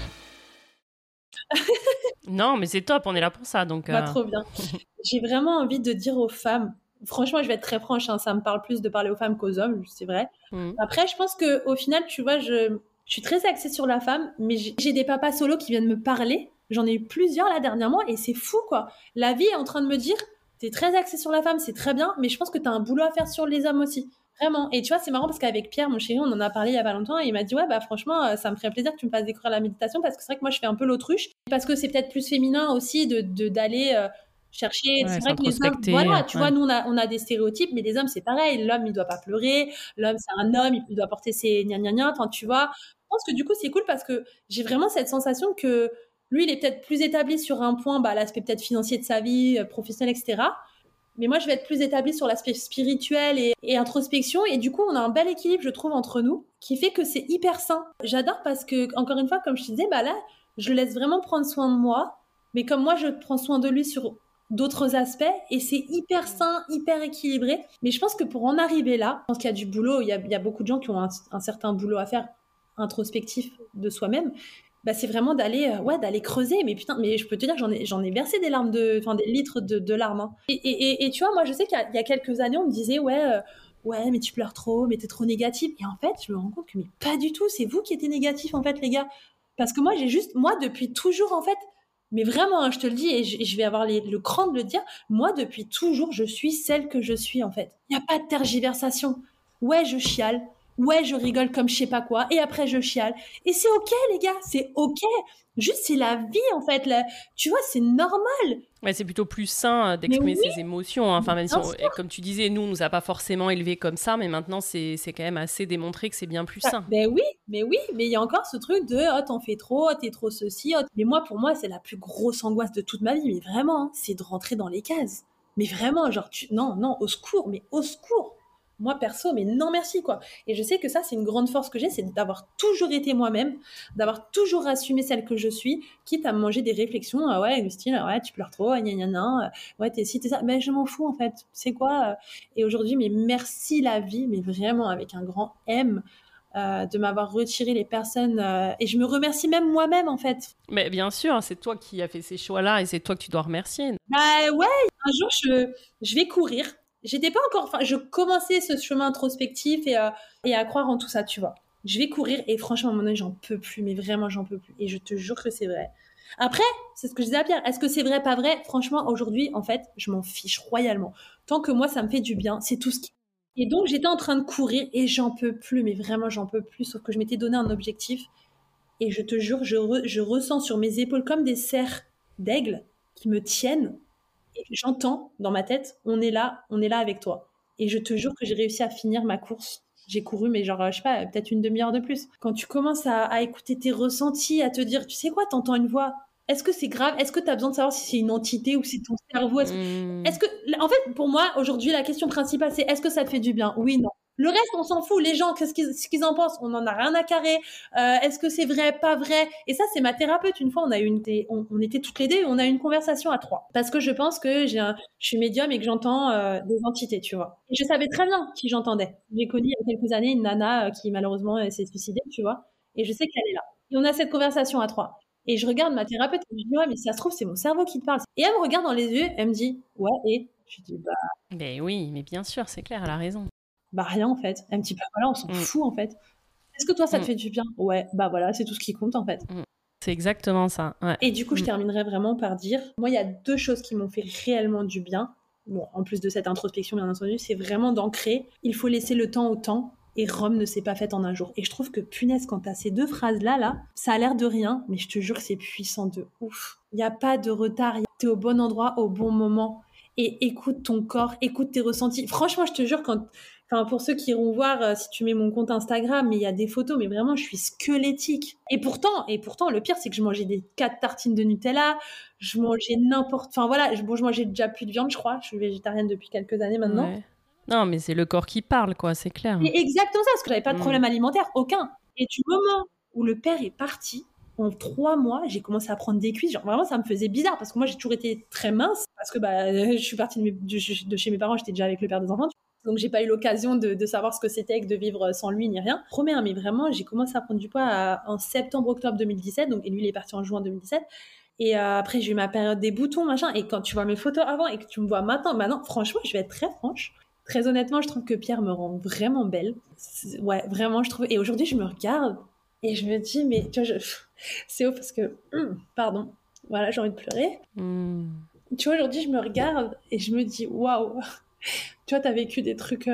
Non, mais c'est top, on est là pour ça. Donc, Trop bien. J'ai vraiment envie de dire aux femmes, franchement, je vais être très franche, hein, ça me parle plus de parler aux femmes qu'aux hommes, c'est vrai. Après, je pense qu'au final, tu vois, je suis très axée sur la femme, mais j'ai des papas solos qui viennent me parler. J'en ai eu plusieurs là dernièrement et c'est fou, quoi. La vie est en train de me dire, t'es très axée sur la femme, c'est très bien, mais je pense que t'as un boulot à faire sur les hommes aussi. Vraiment. Et tu vois, c'est marrant parce qu'avec Pierre, mon chéri, on en a parlé il y a pas longtemps et il m'a dit, ouais, bah franchement, ça me ferait plaisir que tu me fasses découvrir la méditation parce que c'est vrai que moi, je fais un peu l'autruche. Parce que c'est peut-être plus féminin aussi d'aller chercher. Ouais, c'est vrai que les hommes, voilà, tu vois, nous, on a des stéréotypes, mais les hommes, c'est pareil. L'homme, il doit pas pleurer. L'homme, c'est un homme, il doit porter ses gna. Enfin, tu vois. Je pense que du coup, c'est cool parce que j'ai vraiment cette sensation que lui, il est peut-être plus établi sur un point, bah, l'aspect peut-être financier de sa vie, professionnel, etc. Mais moi, je vais être plus établie sur l'aspect spirituel et introspection. Et du coup, on a un bel équilibre, je trouve, entre nous, qui fait que c'est hyper sain. J'adore parce que, encore une fois, comme je te disais, bah là, je le laisse vraiment prendre soin de moi. Mais comme moi, je prends soin de lui sur d'autres aspects. Et c'est hyper sain, hyper équilibré. Mais je pense que pour en arriver là, je pense qu'il y a du boulot. Il y a beaucoup de gens qui ont un certain boulot à faire introspectif de soi-même. Bah, c'est vraiment d'aller creuser. Mais putain, mais je peux te dire, j'en ai versé des litres de larmes. Hein. Et tu vois, moi, je sais qu'il y a quelques années, on me disait, ouais, mais tu pleures trop, mais t'es trop négative. Et en fait, je me rends compte que, mais pas du tout, c'est vous qui étiez négatif, en fait, les gars. Parce que moi, depuis toujours, en fait, mais vraiment, hein, je te le dis, et je vais avoir le cran de le dire, moi, depuis toujours, je suis celle que je suis, en fait. Il n'y a pas de tergiversation. Ouais, je chiale. Ouais, je rigole comme je sais pas quoi, et après je chiale. Et c'est ok, les gars, c'est ok. Juste, c'est la vie, en fait. Tu vois, c'est normal. Ouais, c'est plutôt plus sain d'exprimer ses émotions. Hein. Enfin, même si comme tu disais, nous, on nous a pas forcément élevés comme ça, mais maintenant, c'est quand même assez démontré que c'est bien plus sain. Mais il y a encore ce truc de « oh, t'en fais trop, t'es trop ceci ». Mais moi, pour moi, c'est la plus grosse angoisse de toute ma vie. Mais vraiment, hein, c'est de rentrer dans les cases. Mais vraiment, genre, non, au secours, mais au secours. Moi, perso, mais non merci, quoi. Et je sais que ça, c'est une grande force que j'ai, c'est d'avoir toujours été moi-même, d'avoir toujours assumé celle que je suis, quitte à me manger des réflexions, ouais, du style, ouais, tu pleures trop, gna, ouais, t'es ci, t'es ça. Mais je m'en fous, en fait. C'est quoi Et aujourd'hui, mais merci la vie, mais vraiment avec un grand M, de m'avoir retiré les personnes. Et je me remercie même moi-même, en fait. Mais bien sûr, c'est toi qui as fait ces choix-là et c'est toi que tu dois remercier. Bah ouais, un jour, je vais courir. J'étais pas encore, je commençais ce chemin introspectif et à croire en tout ça, tu vois. Je vais courir et franchement, à un moment donné, j'en peux plus, mais vraiment, j'en peux plus. Et je te jure que c'est vrai. Après, c'est ce que je disais à Pierre. Est-ce que c'est vrai, pas vrai ? Franchement, aujourd'hui, en fait, je m'en fiche royalement. Tant que moi, ça me fait du bien, c'est tout ce qui... Et donc, j'étais en train de courir et j'en peux plus, mais vraiment, j'en peux plus. Sauf que je m'étais donné un objectif. Et je te jure, je ressens sur mes épaules comme des serres d'aigle qui me tiennent. Et j'entends dans ma tête, on est là avec toi. Et je te jure que j'ai réussi à finir ma course. J'ai couru, mais genre, je sais pas, peut-être une demi-heure de plus. Quand tu commences à écouter tes ressentis, à te dire, tu sais quoi, t'entends une voix. Est-ce que c'est grave ? Est-ce que t'as besoin de savoir si c'est une entité ou si c'est ton cerveau ? Est-ce que, en fait, pour moi, aujourd'hui, la question principale, c'est est-ce que ça te fait du bien ? Oui, non. Le reste, on s'en fout. Les gens, ce qu'ils en pensent, on en a rien à carrer. Est-ce que c'est vrai, pas vrai ? Et ça, c'est ma thérapeute. Une fois, on était toutes les deux, on a eu une conversation à 3. Parce que je pense que je suis médium et que j'entends des entités, tu vois. Et je savais très bien qui j'entendais. J'ai connu il y a quelques années une nana qui malheureusement s'est suicidée, tu vois. Et je sais qu'elle est là. Et on a cette conversation à 3. Et je regarde ma thérapeute et je dis ouais, mais si ça se trouve, c'est mon cerveau qui te parle. Et elle me regarde dans les yeux, elle me dit ouais, et je dis bah. Mais oui, mais bien sûr, c'est clair, elle a raison. Bah rien en fait. Un petit peu voilà, on s'en fout en fait. Est-ce que toi ça te fait du bien ? Ouais, bah voilà, c'est tout ce qui compte en fait. C'est exactement ça. Ouais. Et du coup, je terminerai vraiment par dire, moi il y a 2 choses qui m'ont fait réellement du bien. Bon, en plus de cette introspection bien entendu, c'est vraiment d'ancrer. Il faut laisser le temps au temps. Et Rome ne s'est pas faite en un jour. Et je trouve que punaise, quand t'as ces 2 phrases-là, ça a l'air de rien, mais je te jure que c'est puissant de ouf. Il n'y a pas de retard, t'es au bon endroit, au bon moment. Et écoute ton corps, écoute tes ressentis. Franchement, je te jure, Enfin, pour ceux qui iront voir, si tu mets mon compte Instagram, mais il y a des photos, mais vraiment, je suis squelettique. Et pourtant, le pire, c'est que je mangeais des 4 tartines de Nutella, je mangeais enfin voilà, je mangeais déjà plus de viande, je crois. Je suis végétarienne depuis quelques années maintenant. Ouais. Non, mais c'est le corps qui parle, quoi, c'est clair. C'est exactement ça, parce que j'avais pas de problème alimentaire, aucun. Et du moment où le père est parti, en 3 mois, j'ai commencé à prendre des cuisses. Genre, vraiment, ça me faisait bizarre, parce que moi, j'ai toujours été très mince, parce que je suis partie de chez mes parents, j'étais déjà avec le père des enfants. Donc, j'ai pas eu l'occasion de savoir ce que c'était que de vivre sans lui, ni rien. Promets, mais vraiment, j'ai commencé à prendre du poids en septembre-octobre 2017, et lui, il est parti en juin 2017. Et après, j'ai eu ma période des boutons, machin. Et quand tu vois mes photos avant et que tu me vois maintenant, franchement, je vais être très franche. Très honnêtement, je trouve que Pierre me rend vraiment belle. Ouais, vraiment, je trouve. Et aujourd'hui, je me regarde et je me dis, mais tu vois, c'est ouf parce que, pardon, voilà, j'ai envie de pleurer. Tu vois, aujourd'hui, je me regarde et je me dis, waouh, tu vois, t'as vécu des trucs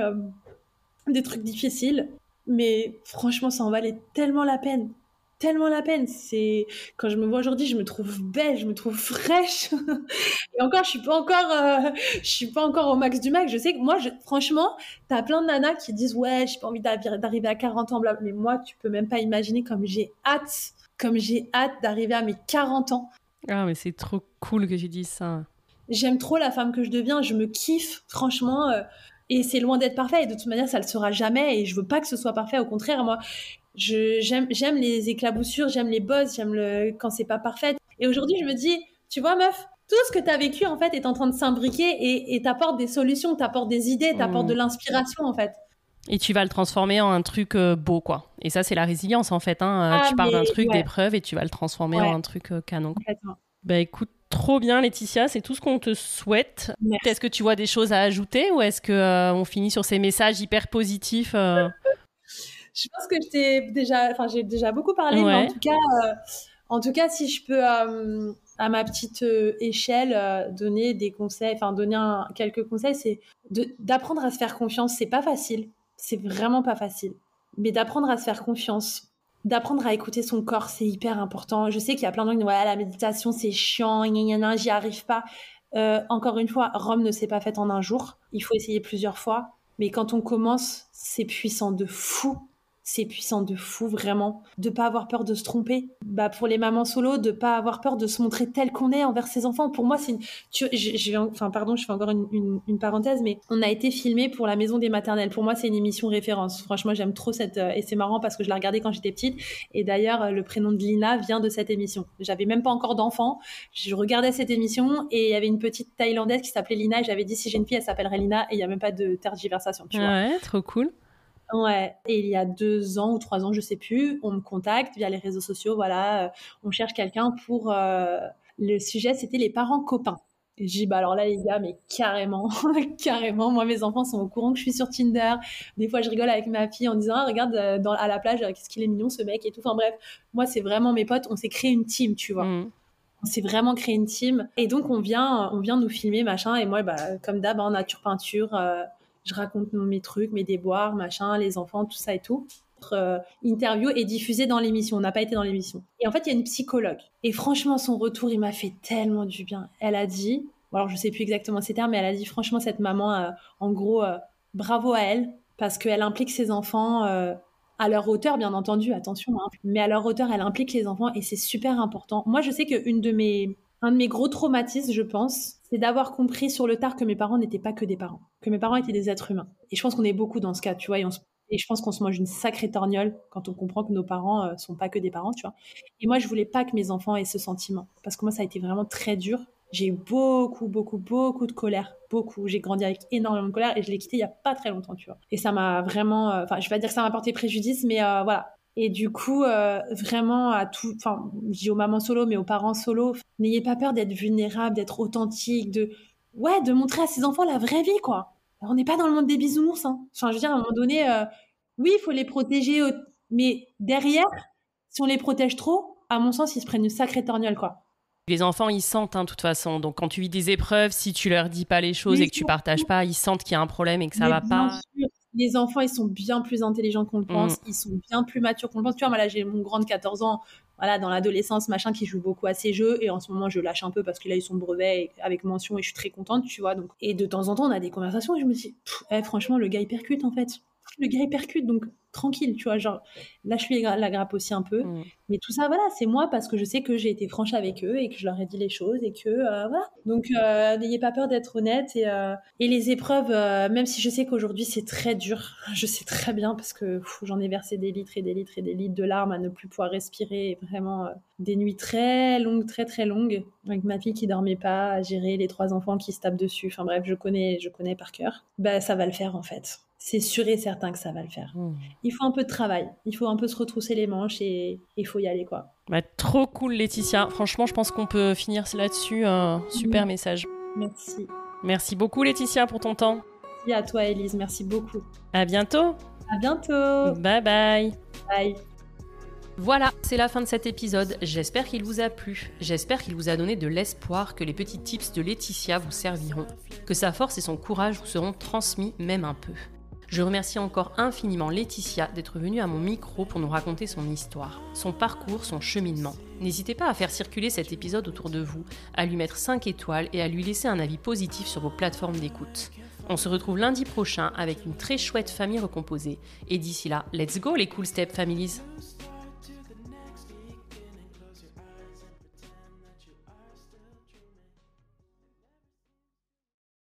difficiles, mais franchement, ça en valait tellement la peine. Tellement la peine. Quand je me vois aujourd'hui, je me trouve belle, je me trouve fraîche. Et encore, je suis pas encore au max du max. Je sais que moi, franchement, t'as plein de nanas qui disent ouais, j'ai pas envie d'arriver à 40 ans, bla. Mais moi, tu peux même pas imaginer comme j'ai hâte d'arriver à mes 40 ans. Ah, mais c'est trop cool que tu dises ça. J'aime trop la femme que je deviens. Je me kiffe, franchement. Et c'est loin d'être parfait. Et de toute manière, ça le sera jamais. Et je veux pas que ce soit parfait. Au contraire, moi, j'aime les éclaboussures, j'aime les bosses, quand c'est pas parfait. Et aujourd'hui, je me dis, tu vois, meuf, tout ce que t'as vécu, en fait, est en train de s'imbriquer et t'apporte des solutions, t'apporte des idées, t'apporte de l'inspiration, en fait. Et tu vas le transformer en un truc beau, quoi. Et ça, c'est la résilience, en fait. Hein. Tu pars d'un truc d'épreuve et tu vas le transformer en un truc canon. Complètement. Bah écoute, trop bien Laetitia, c'est tout ce qu'on te souhaite. Merci. Est-ce que tu vois des choses à ajouter ou est-ce que on finit sur ces messages hyper positifs Je pense que j'ai déjà beaucoup parlé, mais en tout cas, si je peux à ma petite échelle donner des conseils, quelques conseils, c'est d'apprendre à se faire confiance. C'est pas facile, c'est vraiment pas facile, mais d'apprendre à se faire confiance. D'apprendre à écouter son corps, c'est hyper important. Je sais qu'il y a plein de gens qui disent ouais, la méditation c'est chiant, j'y arrive pas. Encore une fois, Rome ne s'est pas faite en un jour. Il faut essayer plusieurs fois. Mais quand on commence, c'est puissant de fou. C'est puissant de fou, vraiment. De pas avoir peur de se tromper. Pour les mamans solo, de pas avoir peur de se montrer tel qu'on est envers ses enfants. Pour moi, c'est je fais encore une parenthèse, mais on a été filmé pour la maison des maternelles. Pour moi, c'est une émission référence. Franchement, j'aime trop et c'est marrant parce que je la regardais quand j'étais petite. Et d'ailleurs, le prénom de Lina vient de cette émission. J'avais même pas encore d'enfant. Je regardais cette émission et il y avait une petite Thaïlandaise qui s'appelait Lina et j'avais dit si j'ai une fille, elle s'appellerait Lina et il y a même pas de tergiversation, tu vois. Ouais, trop cool. Ouais, et il y a 2 ans ou 3 ans, je sais plus, on me contacte via les réseaux sociaux, voilà, on cherche quelqu'un pour... le sujet, c'était les parents copains. Et je dis, alors là, les gars, mais carrément, carrément, moi, mes enfants sont au courant que je suis sur Tinder. Des fois, je rigole avec ma fille en disant, regarde, à la plage, qu'est-ce qu'il est mignon, ce mec, et tout. Enfin bref, moi, c'est vraiment mes potes, on s'est créé une team, tu vois. On s'est vraiment créé une team. Et donc, on vient nous filmer, machin, et moi, comme d'hab, nature peinture... je raconte mes trucs, mes déboires, machin, les enfants, tout ça et tout. Notre interview est diffusée dans l'émission. On n'a pas été dans l'émission. Et en fait, il y a une psychologue. Et franchement, son retour, il m'a fait tellement du bien. Elle a dit, alors je sais plus exactement ses termes, mais elle a dit, franchement, cette maman, en gros, bravo à elle, parce qu'elle implique ses enfants à leur hauteur, bien entendu, attention, hein, mais à leur hauteur, elle implique les enfants et c'est super important. Moi, je sais un de mes gros traumatismes, je pense, c'est d'avoir compris sur le tard que mes parents n'étaient pas que des parents, que mes parents étaient des êtres humains. Et je pense qu'on est beaucoup dans ce cas, tu vois, et je pense qu'on se mange une sacrée torgnole quand on comprend que nos parents sont pas que des parents, tu vois. Et moi, je voulais pas que mes enfants aient ce sentiment, parce que moi, ça a été vraiment très dur. J'ai eu beaucoup, beaucoup, beaucoup de colère, beaucoup. J'ai grandi avec énormément de colère et je l'ai quitté il y a pas très longtemps, tu vois. Et ça m'a vraiment, je vais pas dire que ça m'a porté préjudice, mais voilà. Et du coup, vraiment je dis aux mamans solo, mais aux parents solo, n'ayez pas peur d'être vulnérable, d'être authentique, de montrer à ses enfants la vraie vie, quoi. Alors, on n'est pas dans le monde des bisounours, hein. Enfin, je veux dire, à un moment donné, oui, il faut les protéger, mais derrière, si on les protège trop, à mon sens, ils se prennent une sacrée torgnole, quoi. Les enfants, ils sentent, de toute façon. Donc, quand tu vis des épreuves, si tu leur dis pas les choses et que tu partages pas, ils sentent qu'il y a un problème et que ça va pas. Les enfants, ils sont bien plus intelligents qu'on le pense. Ils sont bien plus matures qu'on le pense. Tu vois, moi, là, j'ai mon grand de 14 ans, voilà, dans l'adolescence, machin, qui joue beaucoup à ces jeux. Et en ce moment, je lâche un peu parce qu'il a eu son brevet avec mention et je suis très contente, tu vois. Donc... Et de temps en temps, on a des conversations et je me dis, franchement, le gars, il percute, en fait. Le gars, il percute, donc tranquille, tu vois. Genre, lâche-lui la grappe aussi un peu. Mais tout ça, voilà, c'est moi parce que je sais que j'ai été franche avec eux et que je leur ai dit les choses et que, voilà. Donc, n'ayez pas peur d'être honnête. Et les épreuves, même si je sais qu'aujourd'hui, c'est très dur, je sais très bien parce que j'en ai versé des litres et des litres et des litres de larmes à ne plus pouvoir respirer. Et vraiment, des nuits très longues, très, très longues, avec ma fille qui dormait pas, à gérer les 3 enfants qui se tapent dessus. Enfin bref, je connais par cœur. Bah, ça va le faire, en fait. C'est sûr et certain que ça va le faire. Il faut un peu de travail, il faut un peu se retrousser les manches et il faut y aller, quoi. Bah, trop cool, Laetitia. Franchement, je pense qu'on peut finir là-dessus. Super message. Merci. Merci beaucoup, Laetitia, pour ton temps. Merci à toi, Élise. Merci beaucoup. À bientôt. À bientôt. Bye bye. Bye. Voilà, c'est la fin de cet épisode. J'espère qu'il vous a plu. J'espère qu'il vous a donné de l'espoir, que les petits tips de Laetitia vous serviront, que sa force et son courage vous seront transmis même un peu. Je remercie encore infiniment Laetitia d'être venue à mon micro pour nous raconter son histoire, son parcours, son cheminement. N'hésitez pas à faire circuler cet épisode autour de vous, à lui mettre 5 étoiles et à lui laisser un avis positif sur vos plateformes d'écoute. On se retrouve lundi prochain avec une très chouette famille recomposée. Et d'ici là, let's go les Cool Step Families!